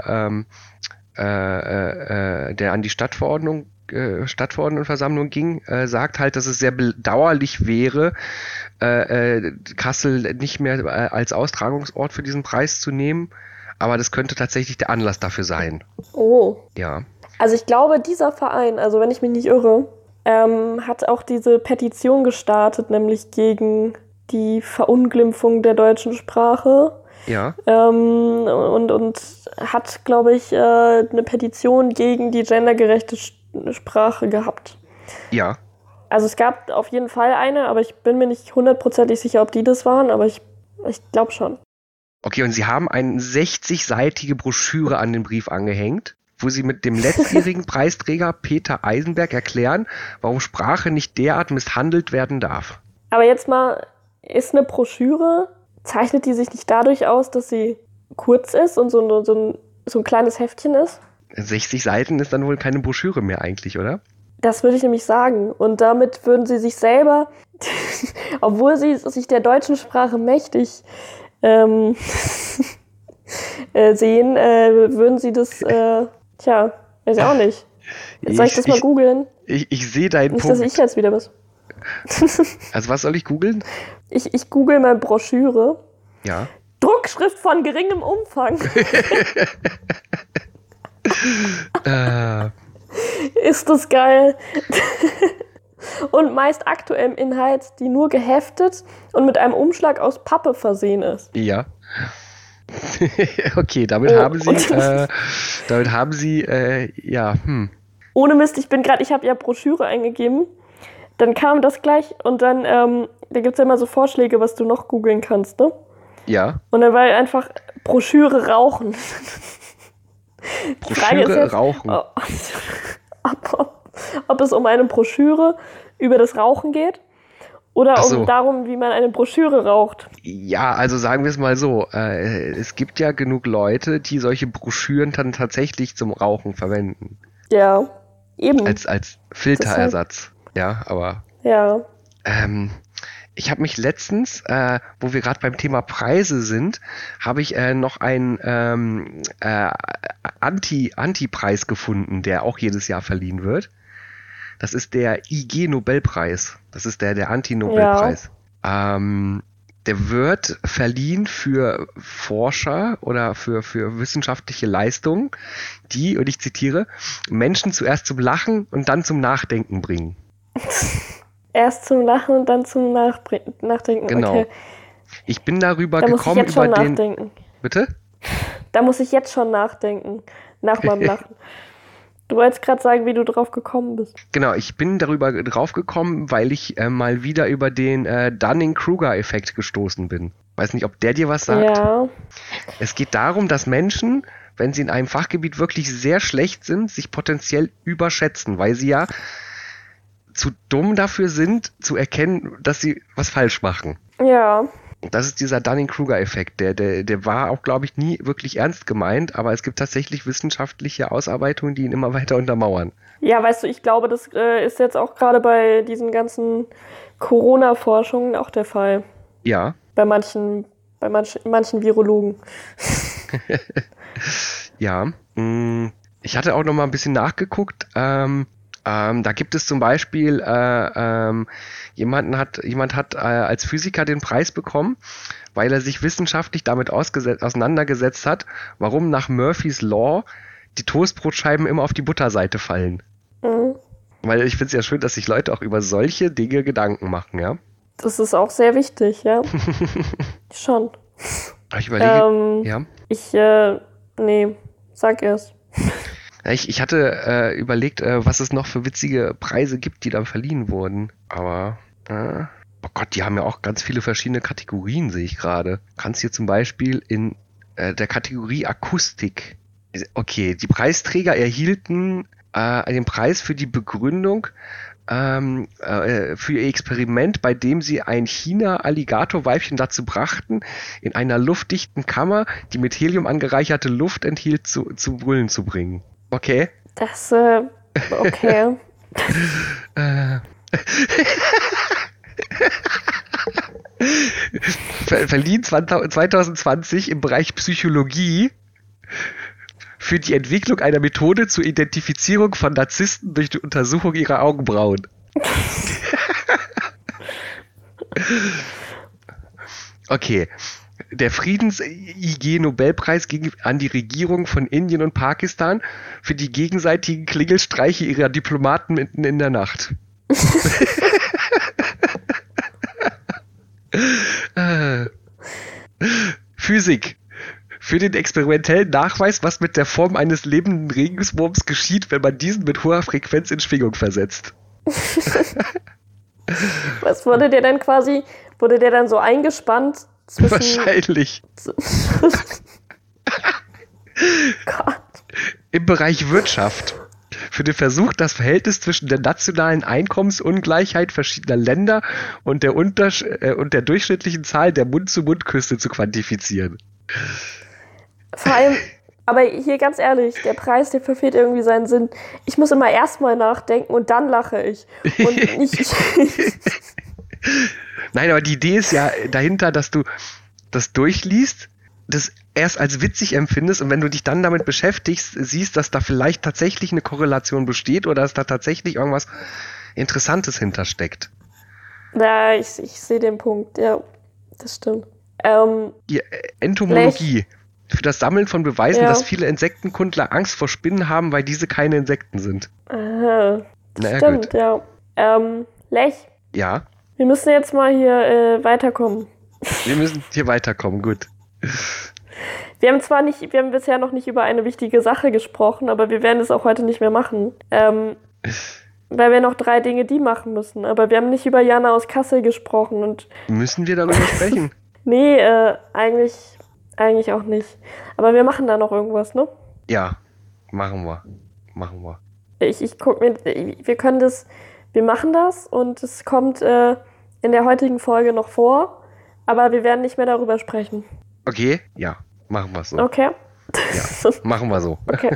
an die Stadtverordnetenversammlung ging, sagt halt, dass es sehr bedauerlich wäre, Kassel nicht mehr als Austragungsort für diesen Preis zu nehmen, aber das könnte tatsächlich der Anlass dafür sein.
Oh.
Ja.
Also ich glaube, dieser Verein, also wenn ich mich nicht irre, hat auch diese Petition gestartet, nämlich gegen die Verunglimpfung der deutschen Sprache.
Ja.
Und hat, glaube ich, eine Petition gegen die gendergerechte Sprache gehabt.
Ja.
Also es gab auf jeden Fall eine, aber ich bin mir nicht hundertprozentig sicher, ob die das waren, aber ich glaube schon.
Okay, und Sie haben eine 60-seitige Broschüre an den Brief angehängt, wo Sie mit dem letztjährigen Preisträger Peter Eisenberg erklären, warum Sprache nicht derart misshandelt werden darf.
Aber jetzt mal, ist eine Broschüre, zeichnet die sich nicht dadurch aus, dass sie kurz ist und so ein kleines Heftchen ist?
60 Seiten ist dann wohl keine Broschüre mehr eigentlich, oder?
Das würde ich nämlich sagen. Und damit würden sie sich selber, obwohl sie sich der deutschen Sprache mächtig sehen, würden sie das, weiß ich auch nicht. Soll ich das mal googeln?
Ich sehe deinen
Nicht,
Punkt.
dass ich jetzt wieder was.
Also was soll ich googeln?
Ich google mal Broschüre.
Ja.
Druckschrift von geringem Umfang. Ist das geil. Und meist aktuellem Inhalt, die nur geheftet und mit einem Umschlag aus Pappe versehen ist.
Ja. Okay, damit haben Sie,
Ohne Mist, ich habe ja Broschüre eingegeben. Dann kam das gleich und dann, da gibt es ja immer so Vorschläge, was du noch googeln kannst, ne?
Ja.
Und dann war einfach Broschüre rauchen.
Broschüre rauchen.
Ob es um eine Broschüre über das Rauchen geht oder darum, wie man eine Broschüre raucht.
Ja, also sagen wir es mal so. Es gibt ja genug Leute, die solche Broschüren dann tatsächlich zum Rauchen verwenden.
Ja, eben.
Als Filterersatz. Ja, aber...
Ja.
Ich habe mich letztens, wo wir gerade beim Thema Preise sind, habe ich noch einen Anti-Preis gefunden, der auch jedes Jahr verliehen wird. Das ist der IG-Nobelpreis. Das ist der Anti-Nobelpreis. Ja. Der wird verliehen für Forscher oder für wissenschaftliche Leistungen, die, und ich zitiere, Menschen zuerst zum Lachen und dann zum Nachdenken bringen.
Erst zum Lachen und dann zum Nachdenken.
Genau.
Okay.
Ich bin darüber
da
gekommen
muss ich jetzt
über
schon nachdenken.
Bitte?
Da muss ich jetzt schon nachdenken, nach meinem Lachen. Du wolltest gerade sagen, wie du drauf gekommen bist.
Genau, ich bin darüber drauf gekommen, weil ich mal wieder über den Dunning-Kruger-Effekt gestoßen bin. Weiß nicht, ob der dir was sagt.
Ja.
Es geht darum, dass Menschen, wenn sie in einem Fachgebiet wirklich sehr schlecht sind, sich potenziell überschätzen, weil sie ja zu dumm dafür sind, zu erkennen, dass sie was falsch machen.
Ja.
Das ist dieser Dunning-Kruger-Effekt. Der war auch, glaube ich, nie wirklich ernst gemeint, aber es gibt tatsächlich wissenschaftliche Ausarbeitungen, die ihn immer weiter untermauern.
Ja, weißt du, ich glaube, das ist jetzt auch gerade bei diesen ganzen Corona-Forschungen auch der Fall.
Ja.
Bei manchen Virologen.
Ja. Ich hatte auch noch mal ein bisschen nachgeguckt. Da gibt es zum Beispiel jemand hat als Physiker den Preis bekommen, weil er sich wissenschaftlich damit auseinandergesetzt hat, warum nach Murphys Law die Toastbrotscheiben immer auf die Butterseite fallen.
Mhm.
Weil ich finde es ja schön, dass sich Leute auch über solche Dinge Gedanken machen, ja.
Das ist auch sehr wichtig, ja. Schon.
Ich überlege, ja.
Nee, sag erst.
Ich hatte überlegt, was es noch für witzige Preise gibt, die dann verliehen wurden. Aber, oh Gott, die haben ja auch ganz viele verschiedene Kategorien, sehe ich gerade. Kannst hier zum Beispiel in der Kategorie Akustik. Okay, die Preisträger erhielten den Preis für die Begründung für ihr Experiment, bei dem sie ein China-Alligator-Weibchen dazu brachten, in einer luftdichten Kammer, die mit Helium angereicherte Luft enthielt, zu Brüllen zu bringen. Okay.
Das, okay.
Verliehen 2020 im Bereich Psychologie für die Entwicklung einer Methode zur Identifizierung von Narzissten durch die Untersuchung ihrer Augenbrauen. Okay. Der Friedens-IG-Nobelpreis ging an die Regierung von Indien und Pakistan für die gegenseitigen Klingelstreiche ihrer Diplomaten mitten in der Nacht. Physik. Für den experimentellen Nachweis, was mit der Form eines lebenden Regenwurms geschieht, wenn man diesen mit hoher Frequenz in Schwingung versetzt.
Was wurde der dann so eingespannt?
Wahrscheinlich.
Gott.
Im Bereich Wirtschaft. Für den Versuch, das Verhältnis zwischen der nationalen Einkommensungleichheit verschiedener Länder und der durchschnittlichen Zahl der Mund-zu-Mund-Küsse zu quantifizieren.
Vor allem, aber hier ganz ehrlich, der Preis, der verfehlt irgendwie seinen Sinn. Ich muss immer erstmal nachdenken und dann lache ich. Und nicht.
Nein, aber die Idee ist ja dahinter, dass du das durchliest, das erst als witzig empfindest und wenn du dich dann damit beschäftigst, siehst, dass da vielleicht tatsächlich eine Korrelation besteht oder dass da tatsächlich irgendwas Interessantes hintersteckt.
Ja, ich sehe den Punkt, ja, das stimmt.
Die Entomologie. Für das Sammeln von Beweisen, dass viele Insektenkundler Angst vor Spinnen haben, weil diese keine Insekten sind.
Aha,
naja,
stimmt,
gut.
Ja. Lech?
Ja?
Wir müssen jetzt mal hier weiterkommen.
Wir müssen hier weiterkommen, gut.
Wir haben bisher noch nicht über eine wichtige Sache gesprochen, aber wir werden es auch heute nicht mehr machen. Weil wir noch 3 Dinge die machen müssen. Aber wir haben nicht über Jana aus Kassel gesprochen. Und
müssen wir darüber sprechen?
Nee, eigentlich auch nicht. Aber wir machen da noch irgendwas, ne?
Ja, machen wir.
Ich guck mir, wir machen das und es kommt in der heutigen Folge noch vor, aber wir werden nicht mehr darüber sprechen.
Okay, ja, machen wir so.
Okay.
Ja, machen wir so.
Okay.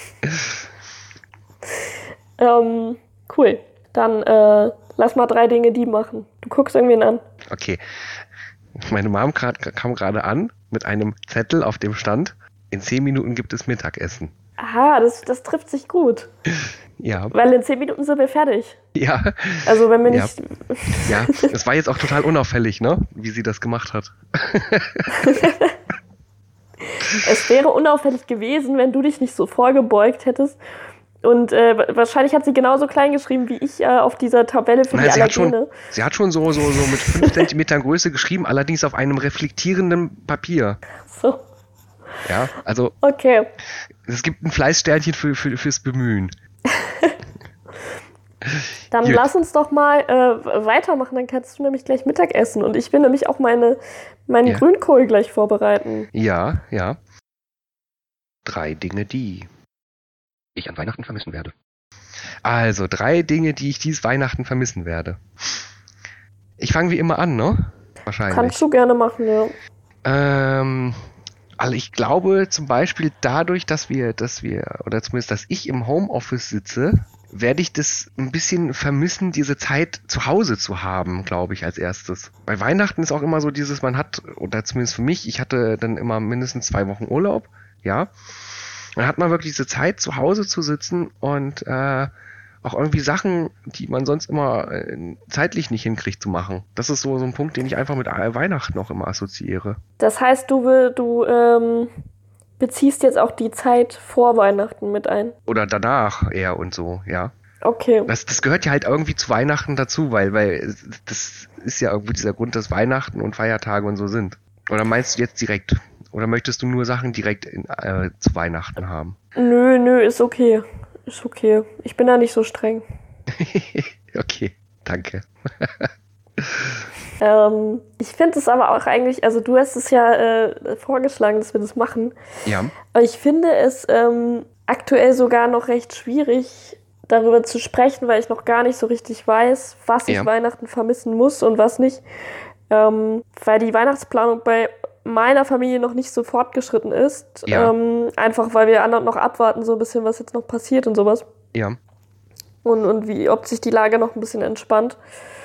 Cool. Dann lass mal 3 Dinge die machen. Du guckst irgendwen an.
Okay. Meine Mom kam gerade an mit einem Zettel, auf dem stand, in 10 Minuten gibt es Mittagessen.
Aha, das trifft sich gut.
Ja.
Weil in 10 Minuten sind wir fertig.
Ja.
Also wenn wir nicht...
Ja, es war jetzt auch total unauffällig, ne? Wie sie das gemacht hat.
Es wäre unauffällig gewesen, wenn du dich nicht so vorgebeugt hättest. Und wahrscheinlich hat sie genauso klein geschrieben wie ich auf dieser Tabelle für die Allergene.
Sie hat schon so mit 5 Zentimetern Größe geschrieben, allerdings auf einem reflektierenden Papier.
So.
Ja, also
Okay.
es gibt ein Fleißsternchen fürs Bemühen.
Dann
Gut.
lass uns doch mal weitermachen, dann kannst du nämlich gleich Mittag essen. Und ich will nämlich auch meinen
Ja.
Grünkohl gleich vorbereiten.
Ja. 3 Dinge, die ich an Weihnachten vermissen werde. Also, 3 Dinge, die ich dieses Weihnachten vermissen werde. Ich fange wie immer an, ne? Wahrscheinlich.
Kannst du gerne machen, ja.
Also ich glaube zum Beispiel dadurch, dass wir, oder zumindest, dass ich im Homeoffice sitze, werde ich das ein bisschen vermissen, diese Zeit zu Hause zu haben, glaube ich, als erstes. Bei Weihnachten ist auch immer so dieses, man hat, oder zumindest für mich, ich hatte dann immer mindestens 2 Wochen Urlaub, ja. Dann hat man wirklich diese Zeit, zu Hause zu sitzen und auch irgendwie Sachen, die man sonst immer zeitlich nicht hinkriegt zu machen. Das ist so ein Punkt, den ich einfach mit Weihnachten auch immer assoziiere.
Das heißt, du beziehst jetzt auch die Zeit vor Weihnachten mit ein.
Oder danach eher und so, ja.
Okay.
Das gehört ja halt irgendwie zu Weihnachten dazu, weil das ist ja irgendwie dieser Grund, dass Weihnachten und Feiertage und so sind. Oder meinst du jetzt direkt? Oder möchtest du nur Sachen direkt zu Weihnachten haben?
Nö, ist okay. Ist okay. Ich bin da nicht so streng.
Okay, danke.
Ich finde es aber auch eigentlich, also du hast es ja vorgeschlagen, dass wir das machen.
Ja.
Aber ich finde es aktuell sogar noch recht schwierig, darüber zu sprechen, weil ich noch gar nicht so richtig weiß, was ich Weihnachten vermissen muss und was nicht. Weil die Weihnachtsplanung bei meiner Familie noch nicht so fortgeschritten ist.
Ja.
Einfach weil wir anderen noch abwarten, so ein bisschen, was jetzt noch passiert und sowas.
Ja.
Und ob sich die Lage noch ein bisschen entspannt.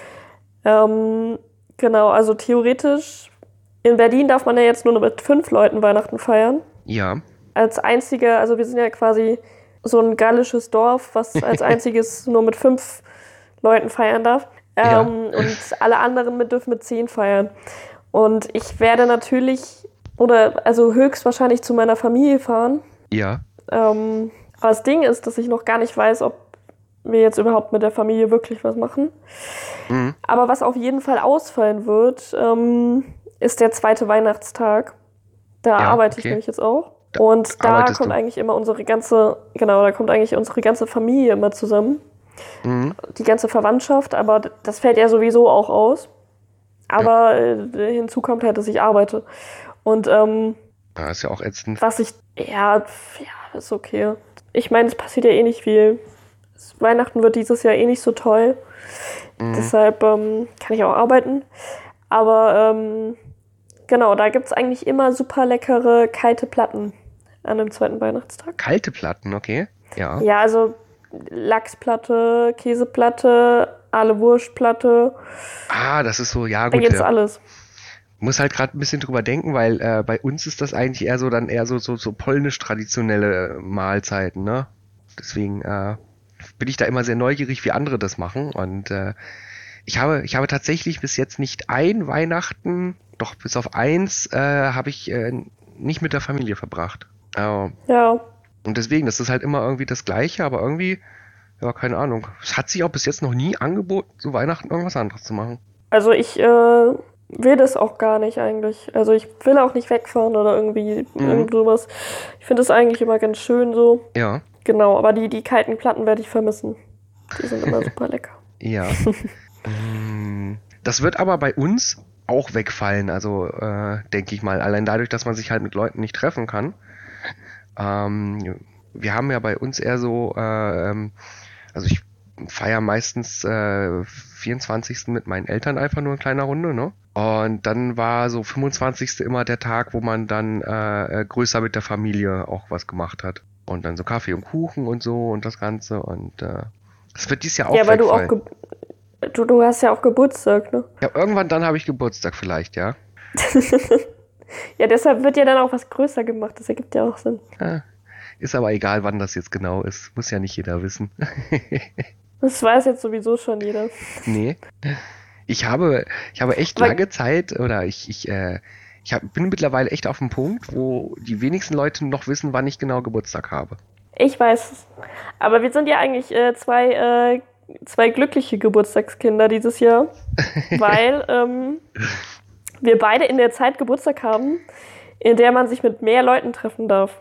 Genau, also theoretisch, in Berlin darf man ja jetzt nur mit 5 Leuten Weihnachten feiern.
Ja.
Als einzige, also wir sind ja quasi so ein gallisches Dorf, was als einziges nur mit 5 Leuten feiern darf. Und alle anderen dürfen mit 10 feiern. Und ich werde natürlich, also höchstwahrscheinlich zu meiner Familie fahren.
Ja.
Aber das Ding ist, dass ich noch gar nicht weiß, ob wir jetzt überhaupt mit der Familie wirklich was machen.
Mhm.
Aber was auf jeden Fall ausfallen wird, ist der 2. Weihnachtstag. Da arbeite ich nämlich jetzt auch. Und da kommt eigentlich immer unsere ganze Familie immer zusammen.
Mhm.
Die ganze Verwandtschaft, aber das fällt ja sowieso auch aus. Aber hinzu kommt halt, dass ich arbeite. Und
ist ja auch ätzend.
Ist okay. Ich meine, es passiert ja eh nicht viel. Weihnachten wird dieses Jahr eh nicht so toll. Deshalb kann ich auch arbeiten. Aber genau, da gibt es eigentlich immer super leckere kalte Platten an dem 2. Weihnachtstag.
Kalte Platten, okay. Ja.
Ja, also Lachsplatte, Käseplatte, alle Wurstplatte.
Das ist so, ja gut.
Da gibt's alles.
Muss halt gerade ein bisschen drüber denken, weil bei uns ist das eigentlich eher so polnisch-traditionelle Mahlzeiten, ne? Deswegen bin ich da immer sehr neugierig, wie andere das machen. Und ich habe tatsächlich bis jetzt nicht ein Weihnachten, doch bis auf eins habe ich nicht mit der Familie verbracht.
Ja.
Und deswegen, das ist halt immer irgendwie das Gleiche, aber irgendwie, ja, keine Ahnung. Es hat sich auch bis jetzt noch nie angeboten, zu Weihnachten irgendwas anderes zu machen.
Also ich will das auch gar nicht eigentlich. Also ich will auch nicht wegfahren oder irgendwie sowas. Ich finde das eigentlich immer ganz schön so.
Ja.
Genau, aber die kalten Platten werde ich vermissen. Die sind immer super lecker.
Ja. Das wird aber bei uns auch wegfallen, also denke ich mal. Allein dadurch, dass man sich halt mit Leuten nicht treffen kann. Wir haben ja bei uns eher so, also ich feiere meistens 24. mit meinen Eltern einfach nur in kleiner Runde, ne? Und dann war so 25. immer der Tag, wo man dann größer mit der Familie auch was gemacht hat. Und dann so Kaffee und Kuchen und so und das Ganze. Und das wird dieses Jahr auch wegfallen.
Ja, weil du hast ja auch Geburtstag, ne?
Ja, irgendwann dann habe ich Geburtstag vielleicht, ja.
Ja, deshalb wird ja dann auch was größer gemacht. Das ergibt ja auch Sinn.
Ja, ist aber egal, wann das jetzt genau ist. Muss ja nicht jeder wissen.
Das weiß jetzt sowieso schon jeder.
Nee. Ich habe echt lange Zeit, oder bin mittlerweile echt auf dem Punkt, wo die wenigsten Leute noch wissen, wann ich genau Geburtstag habe.
Ich weiß es. Aber wir sind ja eigentlich zwei glückliche Geburtstagskinder dieses Jahr, weil wir beide in der Zeit Geburtstag haben, in der man sich mit mehr Leuten treffen darf.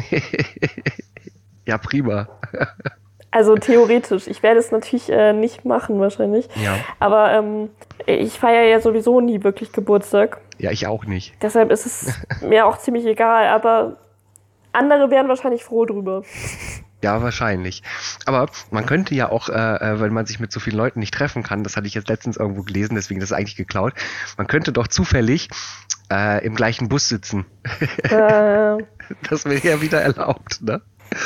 Ja, prima.
Also theoretisch. Ich werde es natürlich nicht machen wahrscheinlich.
Ja.
Aber ich feiere ja sowieso nie wirklich Geburtstag.
Ja, ich auch nicht.
Deshalb ist es mir auch ziemlich egal. Aber andere wären wahrscheinlich froh drüber.
Ja, wahrscheinlich. Aber man könnte ja auch, wenn man sich mit so vielen Leuten nicht treffen kann, das hatte ich jetzt letztens irgendwo gelesen, deswegen das ist eigentlich geklaut, man könnte doch zufällig im gleichen Bus sitzen. Das wäre ja wieder erlaubt, ne?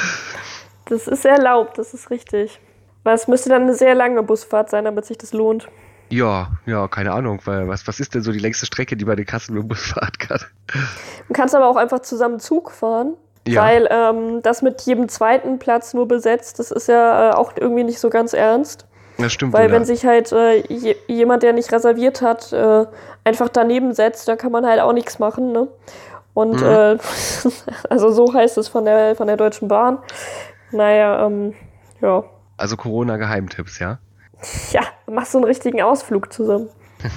Das ist erlaubt, das ist richtig. Weil es müsste dann eine sehr lange Busfahrt sein, damit sich das lohnt.
Ja, keine Ahnung, weil was ist denn so die längste Strecke, die bei den Kassen mit dem Bus fahren kann?
Du kannst aber auch einfach zusammen Zug fahren,
Ja.
weil das mit jedem zweiten Platz nur besetzt, das ist ja auch irgendwie nicht so ganz ernst.
Das stimmt
Weil
wohl,
wenn
ja.
sich halt jemand, der nicht reserviert hat, einfach daneben setzt, dann kann man halt auch nichts machen, ne? Und also so heißt es von der Deutschen Bahn. Naja, ja.
Also Corona-Geheimtipps, ja?
Ja, machst so einen richtigen Ausflug zusammen.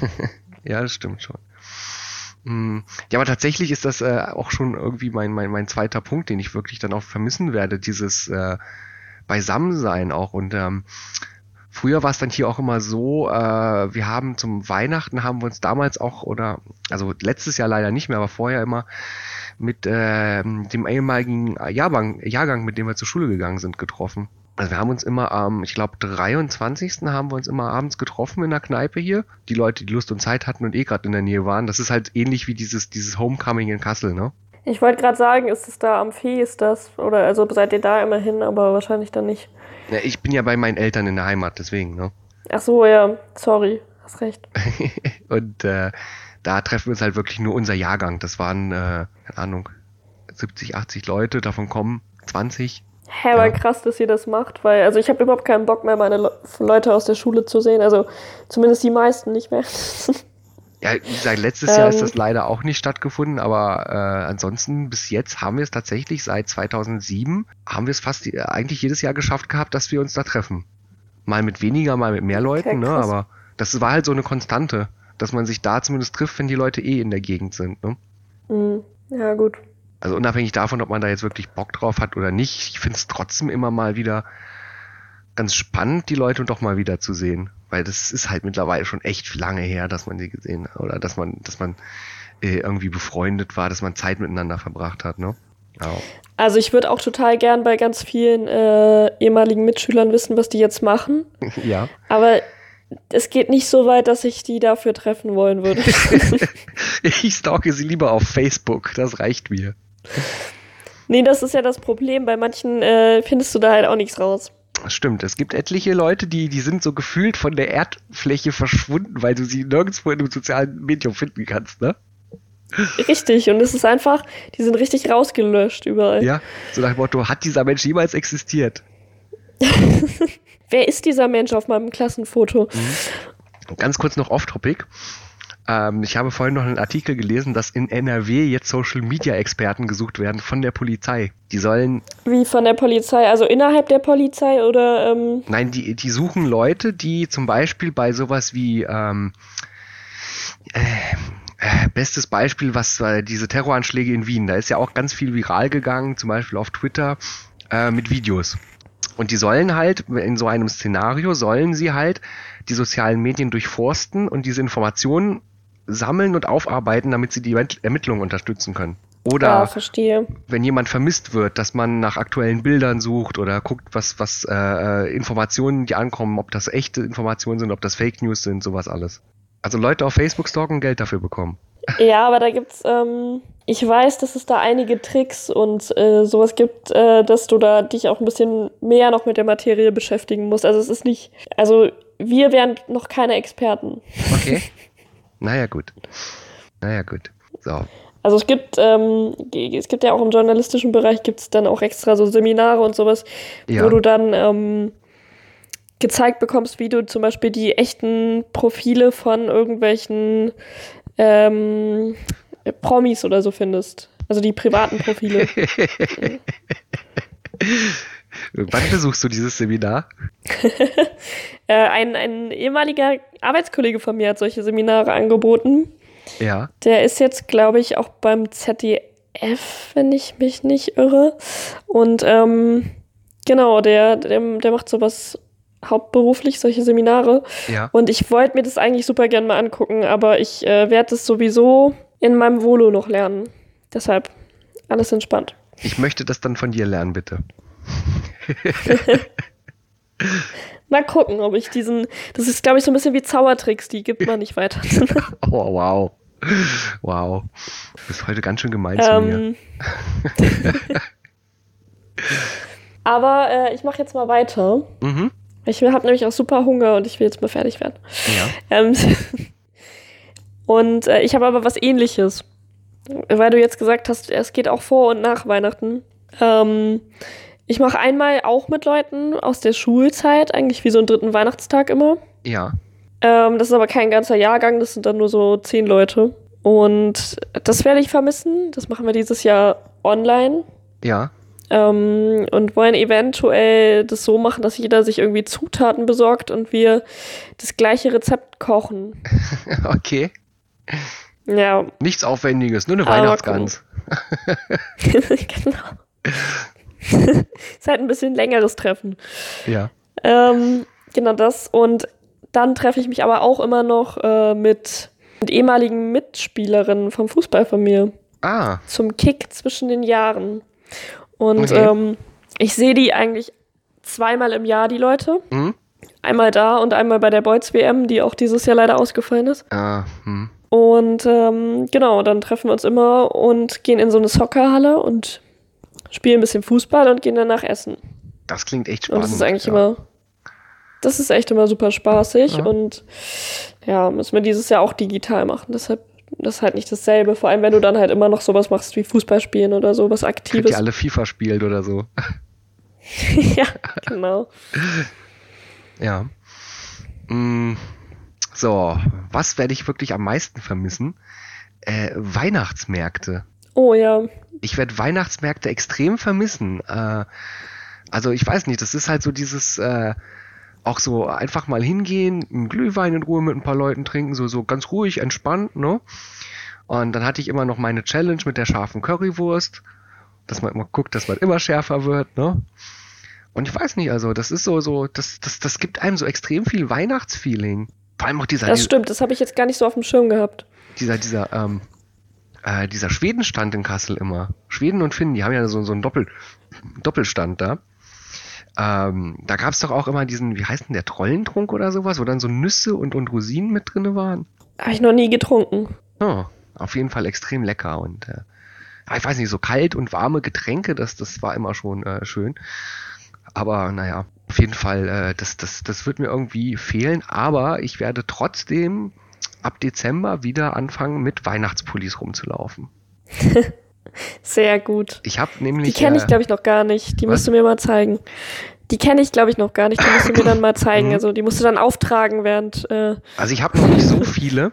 Ja, das stimmt schon. Ja, aber tatsächlich ist das auch schon irgendwie mein zweiter Punkt, den ich wirklich dann auch vermissen werde, dieses Beisammensein auch. Und früher war es dann hier auch immer so, wir haben zum Weihnachten haben wir uns damals auch, also letztes Jahr leider nicht mehr, aber vorher immer mit dem ehemaligen Jahrgang, mit dem wir zur Schule gegangen sind, getroffen. Also wir haben uns immer am, ich glaube, 23. haben wir uns immer abends getroffen in der Kneipe hier. Die Leute, die Lust und Zeit hatten und gerade in der Nähe waren. Das ist halt ähnlich wie dieses Homecoming in Kassel, ne?
Ich wollte gerade sagen, ist es da am Fee, ist das? Oder also seid ihr da immer hin, aber wahrscheinlich dann nicht.
Ja, ich bin ja bei meinen Eltern in der Heimat, deswegen, ne?
Ach so, ja, sorry, hast recht.
Und da treffen wir uns halt wirklich nur unser Jahrgang. Das waren, keine Ahnung, 70, 80 Leute, davon kommen 20.
Hä, aber krass, dass ihr das macht, weil, also ich habe überhaupt keinen Bock mehr, meine Leute aus der Schule zu sehen, also zumindest die meisten nicht mehr.
Ja, wie gesagt, letztes Jahr ist das leider auch nicht stattgefunden, aber ansonsten bis jetzt haben wir es tatsächlich seit 2007, haben wir es fast eigentlich jedes Jahr geschafft gehabt, dass wir uns da treffen. Mal mit weniger, mal mit mehr Leuten, ne?
krass.
Aber das war halt so eine Konstante, dass man sich da zumindest trifft, wenn die Leute in der Gegend sind, ne?
Ja, gut.
Also unabhängig davon, ob man da jetzt wirklich Bock drauf hat oder nicht, ich finde es trotzdem immer mal wieder ganz spannend, die Leute doch mal wieder zu sehen. Weil das ist halt mittlerweile schon echt lange her, dass man sie gesehen hat. Oder dass man irgendwie befreundet war, dass man Zeit miteinander verbracht hat, ne? Ja.
Also ich würde auch total gern bei ganz vielen ehemaligen Mitschülern wissen, was die jetzt machen.
Ja.
Aber es geht nicht so weit, dass ich die dafür treffen wollen würde.
Ich stalke sie lieber auf Facebook, das reicht mir.
Nee, das ist ja das Problem. Bei manchen findest du da halt auch nichts raus.
Stimmt, es gibt etliche Leute, die sind so gefühlt von der Erdfläche verschwunden, weil du sie nirgendwo in einem sozialen Medium finden kannst, ne?
Richtig, und es ist einfach, die sind richtig rausgelöscht überall.
Ja, so nach dem Motto, hat dieser Mensch jemals existiert?
Wer ist dieser Mensch auf meinem Klassenfoto?
Ganz kurz noch off-topic. Ich habe vorhin noch einen Artikel gelesen, dass in NRW jetzt Social-Media-Experten gesucht werden von der Polizei. Die sollen...
Wie von der Polizei? Also innerhalb der Polizei oder...
Nein, die suchen Leute, die zum Beispiel bei sowas wie... bestes Beispiel, was diese Terroranschläge in Wien, da ist ja auch ganz viel viral gegangen, zum Beispiel auf Twitter, mit Videos. Und die sollen halt, in so einem Szenario, sollen sie halt die sozialen Medien durchforsten und diese Informationen sammeln und aufarbeiten, damit sie die Ermittlungen unterstützen können. Oder
verstehe.
Wenn jemand vermisst wird, dass man nach aktuellen Bildern sucht oder guckt, was Informationen, die ankommen, ob das echte Informationen sind, ob das Fake News sind, sowas alles. Also Leute auf Facebook stalken und Geld dafür bekommen.
Ja, aber da gibt's, ich weiß, dass es da einige Tricks und sowas gibt, dass du da dich auch ein bisschen mehr noch mit der Materie beschäftigen musst. Also es ist nicht, also wir wären noch keine Experten.
Okay. Naja, gut. So.
Also es gibt ja auch im journalistischen Bereich gibt's dann auch extra so Seminare und sowas,
Ja.
wo du dann gezeigt bekommst, wie du zum Beispiel die echten Profile von irgendwelchen Promis oder so findest. Also die privaten Profile.
Wann besuchst du dieses Seminar?
Ein ehemaliger Arbeitskollege von mir hat solche Seminare angeboten.
Ja.
Der ist jetzt, glaube ich, auch beim ZDF, wenn ich mich nicht irre. Und genau, der macht sowas hauptberuflich, solche Seminare.
Ja.
Und ich wollte mir das eigentlich super gern mal angucken, aber ich werde das sowieso in meinem Volo noch lernen. Deshalb alles entspannt.
Ich möchte das dann von dir lernen, bitte.
Mal gucken, ob ich das ist, glaube ich, so ein bisschen wie Zaubertricks, die gibt man nicht weiter.
Oh, wow. Wow. Du bist heute ganz schön gemein zu mir.
Aber ich mache jetzt mal weiter.
Mhm.
Ich habe nämlich auch super Hunger und ich will jetzt mal fertig werden.
Ja.
Und ich habe aber was Ähnliches. Weil du jetzt gesagt hast, es geht auch vor und nach Weihnachten. Ich mache einmal auch mit Leuten aus der Schulzeit, eigentlich wie so einen dritten Weihnachtstag immer.
Ja.
Das ist aber kein ganzer Jahrgang, das sind dann nur so 10 Leute. Und das werde ich vermissen. Das machen wir dieses Jahr online.
Ja.
Und wollen eventuell das so machen, dass jeder sich irgendwie Zutaten besorgt und wir das gleiche Rezept kochen.
Okay.
Ja.
Nichts Aufwendiges, nur eine Weihnachtsgans.
Genau. Ist halt ein bisschen längeres Treffen.
Ja.
Genau das. Und dann treffe ich mich aber auch immer noch mit ehemaligen Mitspielerinnen vom Fußball von mir.
Ah.
Zum Kick zwischen den Jahren. Und
Okay.
ich sehe die eigentlich 2-mal im Jahr, die Leute.
Mhm.
Einmal da und einmal bei der Boys-WM, die auch dieses Jahr leider ausgefallen ist.
Ah,
Und genau, dann treffen wir uns immer und gehen in so eine Soccerhalle und spielen ein bisschen Fußball und gehen danach essen.
Das klingt echt
Und
spannend.
das ist eigentlich das ist echt immer super spaßig.
Ja.
Und ja, müssen wir dieses Jahr auch digital machen. Deshalb, das ist halt nicht dasselbe. Vor allem, wenn du dann halt immer noch sowas machst wie Fußball spielen oder so, was
Könnt
Aktives.
ihr alle FIFA spielt oder so.
Ja, genau.
Ja. So, was werde ich wirklich am meisten vermissen? Weihnachtsmärkte.
Oh ja.
Ich werde Weihnachtsmärkte extrem vermissen. Also ich weiß nicht, das ist halt so dieses auch so einfach mal hingehen, einen Glühwein in Ruhe mit ein paar Leuten trinken, so ganz ruhig, entspannt, ne? Und dann hatte ich immer noch meine Challenge mit der scharfen Currywurst, dass man immer guckt, dass man immer schärfer wird, ne? Und ich weiß nicht, also das ist das gibt einem so extrem viel Weihnachtsfeeling. Vor allem auch
Das stimmt, das habe ich jetzt gar nicht so auf dem Schirm gehabt.
dieser Schwedenstand in Kassel immer. Schweden und Finnen, die haben ja so einen Doppelstand da. Da gab es doch auch immer diesen, wie heißt denn der, Trollentrunk oder sowas, wo dann so Nüsse und Rosinen mit drin waren.
Habe ich noch nie getrunken.
Oh, auf jeden Fall extrem lecker und ich weiß nicht, so kalt und warme Getränke, das war immer schon schön. Aber naja, auf jeden Fall, das wird mir irgendwie fehlen, aber ich werde trotzdem ab Dezember wieder anfangen, mit Weihnachtspullis rumzulaufen.
Sehr gut.
Ich habe nämlich...
Die kenne ich, glaube ich, noch gar nicht. Die musst du mir mal zeigen. Die kenne ich, glaube ich, noch gar nicht. Die musst du mir dann mal zeigen. Also die musst du dann auftragen während...
Also ich habe noch nicht so viele.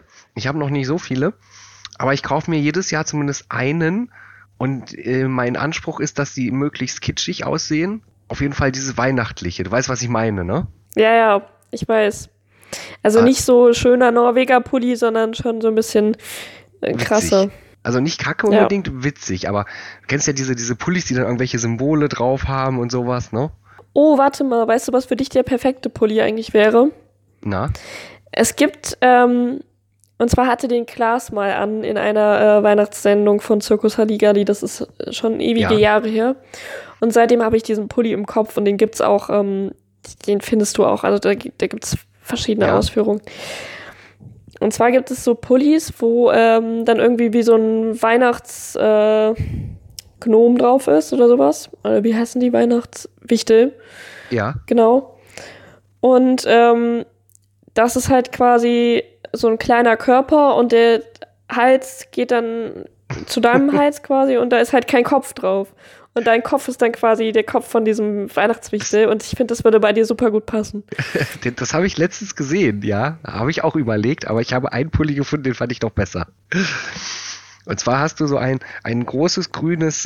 Aber ich kaufe mir jedes Jahr zumindest einen. Und mein Anspruch ist, dass die möglichst kitschig aussehen. Auf jeden Fall diese weihnachtliche. Du weißt, was ich meine, ne?
Ja, ich weiß. Also nicht so schöner Norweger-Pulli, sondern schon so ein bisschen krasser.
Witzig. Also nicht kacke unbedingt, witzig. Aber du kennst ja diese Pullis, die dann irgendwelche Symbole drauf haben und sowas, ne?
Oh, warte mal. Weißt du, was für dich der perfekte Pulli eigentlich wäre?
Na?
Es gibt, und zwar hatte den Klaas mal an in einer Weihnachtssendung von Circus Halligalli. Das ist schon ewige Jahre her. Und seitdem habe ich diesen Pulli im Kopf und den gibt's auch, den findest du auch. Also da gibt's verschiedene Ausführungen. Und zwar gibt es so Pullis, wo dann irgendwie wie so ein Weihnachtsgnom drauf ist oder sowas. Oder wie heißen die? Weihnachtswichtel.
Ja.
Genau. Und das ist halt quasi so ein kleiner Körper und der Hals geht dann zu deinem Hals quasi und da ist halt kein Kopf drauf. Und dein Kopf ist dann quasi der Kopf von diesem Weihnachtswichtel und ich finde, das würde bei dir super gut passen.
Das habe ich letztens gesehen, ja. Habe ich auch überlegt, aber ich habe einen Pulli gefunden, den fand ich noch besser. Und zwar hast du so ein großes grünes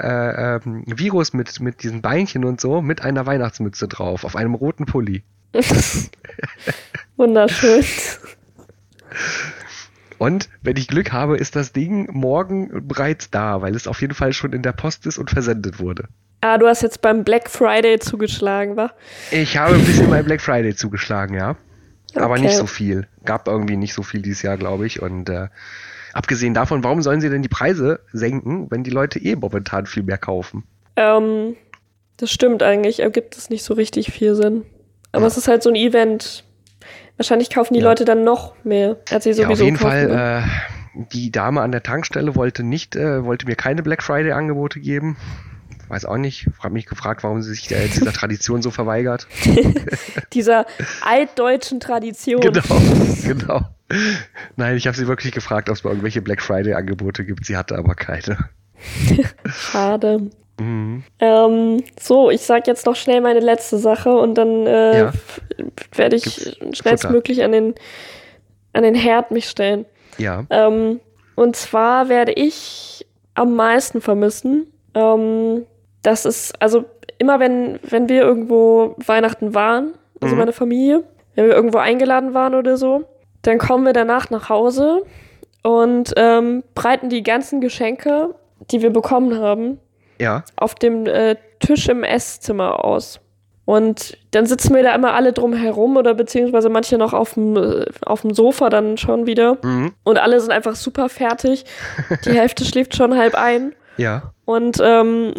Virus mit diesen Beinchen und so, mit einer Weihnachtsmütze drauf, auf einem roten Pulli.
Wunderschön.
Und wenn ich Glück habe, ist das Ding morgen bereits da, weil es auf jeden Fall schon in der Post ist und versendet wurde.
Ah, du hast jetzt beim Black Friday zugeschlagen, wa?
Ich habe ein bisschen beim Black Friday zugeschlagen, ja. Aber
Okay.
nicht so viel. Gab irgendwie nicht so viel dieses Jahr, glaube ich. Und abgesehen davon, warum sollen sie denn die Preise senken, wenn die Leute momentan viel mehr kaufen?
Das stimmt eigentlich, ergibt es nicht so richtig viel Sinn. Aber es ist halt so ein Event. Wahrscheinlich kaufen die Leute dann noch mehr, als sie
Ja,
sowieso
auf jeden
kaufen.
Fall, die Dame an der Tankstelle wollte mir keine Black Friday Angebote geben. Weiß auch nicht. Hab mich gefragt, warum sie sich dieser Tradition so verweigert.
Dieser altdeutschen Tradition.
Genau. Nein, ich habe sie wirklich gefragt, ob es mal irgendwelche Black Friday Angebote gibt. Sie hatte aber keine.
Schade.
Mhm.
So, ich sag jetzt noch schnell meine letzte Sache und dann werde ich
Gibt's
schnellstmöglich an den Herd mich stellen.
Ja.
Und zwar werde ich am meisten vermissen. Das ist, also immer wenn wir irgendwo Weihnachten waren, also meine Familie, wenn wir irgendwo eingeladen waren oder so, dann kommen wir danach nach Hause und breiten die ganzen Geschenke, die wir bekommen haben,
Ja.
auf dem Tisch im Esszimmer aus. Und dann sitzen wir da immer alle drum herum oder beziehungsweise manche noch auf dem Sofa dann schon wieder.
Mhm.
Und alle sind einfach super fertig. Die Hälfte schläft schon halb ein.
Ja.
Und dann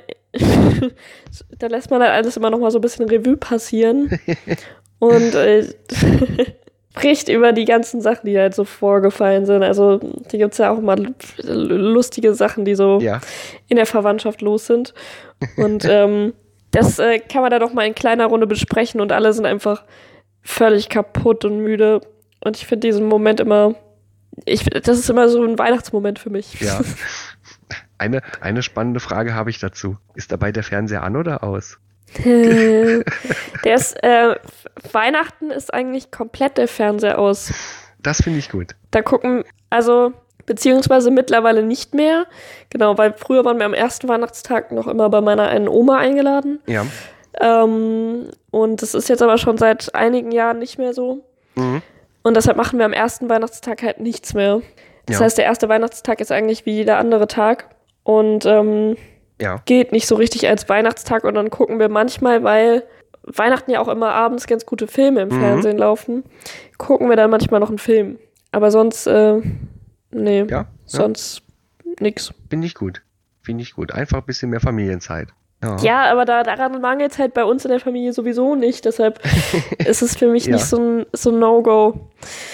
da lässt man halt alles immer noch mal so ein bisschen Revue passieren. Und spricht über die ganzen Sachen, die halt so vorgefallen sind. Also die gibt es ja auch mal lustige Sachen, die so in der Verwandtschaft los sind. Und das kann man da doch mal in kleiner Runde besprechen und alle sind einfach völlig kaputt und müde. Und ich finde diesen Moment immer, das ist immer so ein Weihnachtsmoment für mich.
Ja. Eine spannende Frage habe ich dazu. Ist dabei der Fernseher an oder aus?
Weihnachten ist eigentlich komplett der Fernseher aus.
Das finde ich gut.
Da gucken, beziehungsweise mittlerweile nicht mehr. Genau, weil früher waren wir am ersten Weihnachtstag noch immer bei meiner einen Oma eingeladen.
Ja.
Und das ist jetzt aber schon seit einigen Jahren nicht mehr so.
Mhm.
Und deshalb machen wir am ersten Weihnachtstag halt nichts mehr. Das heißt, der erste Weihnachtstag ist eigentlich wie jeder andere Tag. Und gilt nicht so richtig als Weihnachtstag. Und dann gucken wir manchmal, weil Weihnachten ja auch immer abends ganz gute Filme im Fernsehen laufen, gucken wir dann manchmal noch einen Film. Aber sonst, nee, sonst nix.
Finde ich gut. Einfach ein bisschen mehr Familienzeit.
Ja, aber daran mangelt es halt bei uns in der Familie sowieso nicht. Deshalb ist es für mich nicht so ein No-Go.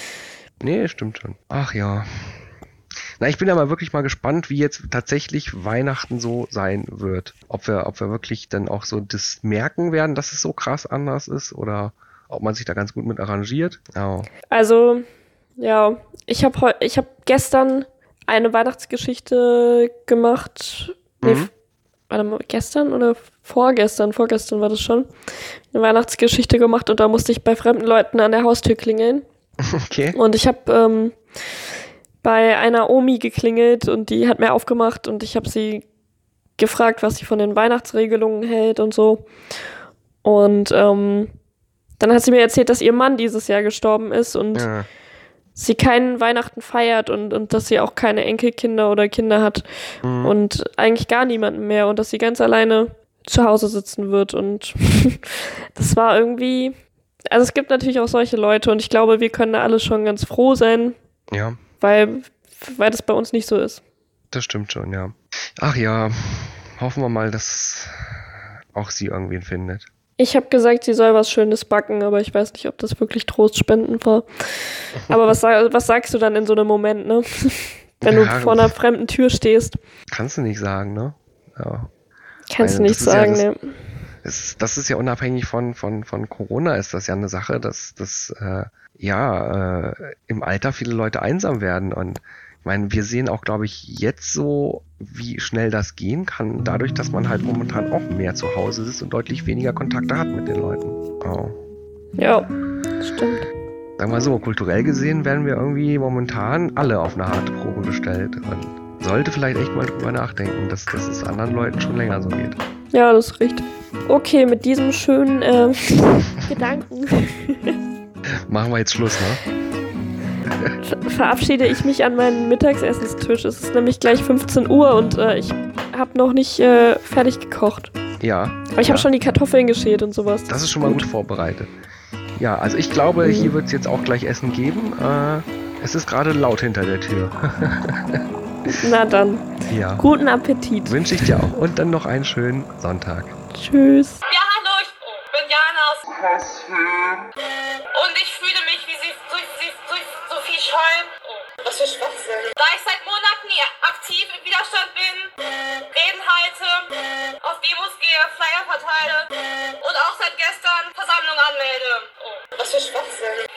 Nee, stimmt schon. Ach ja. Na, ich bin aber wirklich mal gespannt, wie jetzt tatsächlich Weihnachten so sein wird. Ob wir wirklich dann auch so das merken werden, dass es so krass anders ist oder ob man sich da ganz gut mit arrangiert. Oh.
Also, ja, ich hab gestern eine Weihnachtsgeschichte gemacht. Warte mal, gestern oder vorgestern? Vorgestern war das schon. Eine Weihnachtsgeschichte gemacht und da musste ich bei fremden Leuten an der Haustür klingeln.
Okay.
Und ich habe bei einer Omi geklingelt und die hat mir aufgemacht und ich habe sie gefragt, was sie von den Weihnachtsregelungen hält und so. Und dann hat sie mir erzählt, dass ihr Mann dieses Jahr gestorben ist und sie keinen Weihnachten feiert und dass sie auch keine Enkelkinder oder Kinder hat und eigentlich gar niemanden mehr und dass sie ganz alleine zu Hause sitzen wird. Und das war irgendwie, also es gibt natürlich auch solche Leute und ich glaube, wir können da alle schon ganz froh sein.
Ja.
Weil das bei uns nicht so ist.
Das stimmt schon, ja. Ach ja, hoffen wir mal, dass auch sie irgendwen findet.
Ich habe gesagt, sie soll was Schönes backen, aber ich weiß nicht, ob das wirklich trostspendend war. Aber was sagst du dann in so einem Moment, ne? Wenn du vor einer fremden Tür stehst.
Kannst du nicht sagen, ne? Ja.
Kannst du nicht sagen, ne?
Das ist ja unabhängig von Corona, ist das ja eine Sache, dass im Alter viele Leute einsam werden. Und ich meine, wir sehen auch, glaube ich, jetzt so, wie schnell das gehen kann, dadurch, dass man halt momentan auch mehr zu Hause ist und deutlich weniger Kontakte hat mit den Leuten. Oh.
Ja, stimmt.
Sagen wir so, kulturell gesehen werden wir irgendwie momentan alle auf eine harte Probe gestellt. Und sollte vielleicht echt mal drüber nachdenken, dass es anderen Leuten schon länger so geht.
Ja, das ist richtig. Okay, mit diesem schönen Gedanken
Machen wir jetzt Schluss, ne?
verabschiede ich mich an meinen Mittagsessenstisch. Es ist nämlich gleich 15 Uhr und ich habe noch nicht fertig gekocht.
Ja.
Aber ich habe schon die Kartoffeln geschält und sowas.
Das ist schon mal gut vorbereitet. Ja, also ich glaube, hier wird es jetzt auch gleich Essen geben. Es ist gerade laut hinter der Tür.
Na dann.
Ja.
Guten Appetit.
Wünsche ich dir auch. Und dann noch einen schönen Sonntag.
Tschüss.
Ja, hallo, ich bin Jana aus und ich fühle mich wie Sophie Scholl. Was für Schwachsinn. Da ich seit Monaten aktiv im Widerstand bin, Reden halte, auf Demos gehe, Flyer verteile und auch seit gestern Versammlung anmelde. Was für Schwachsinn.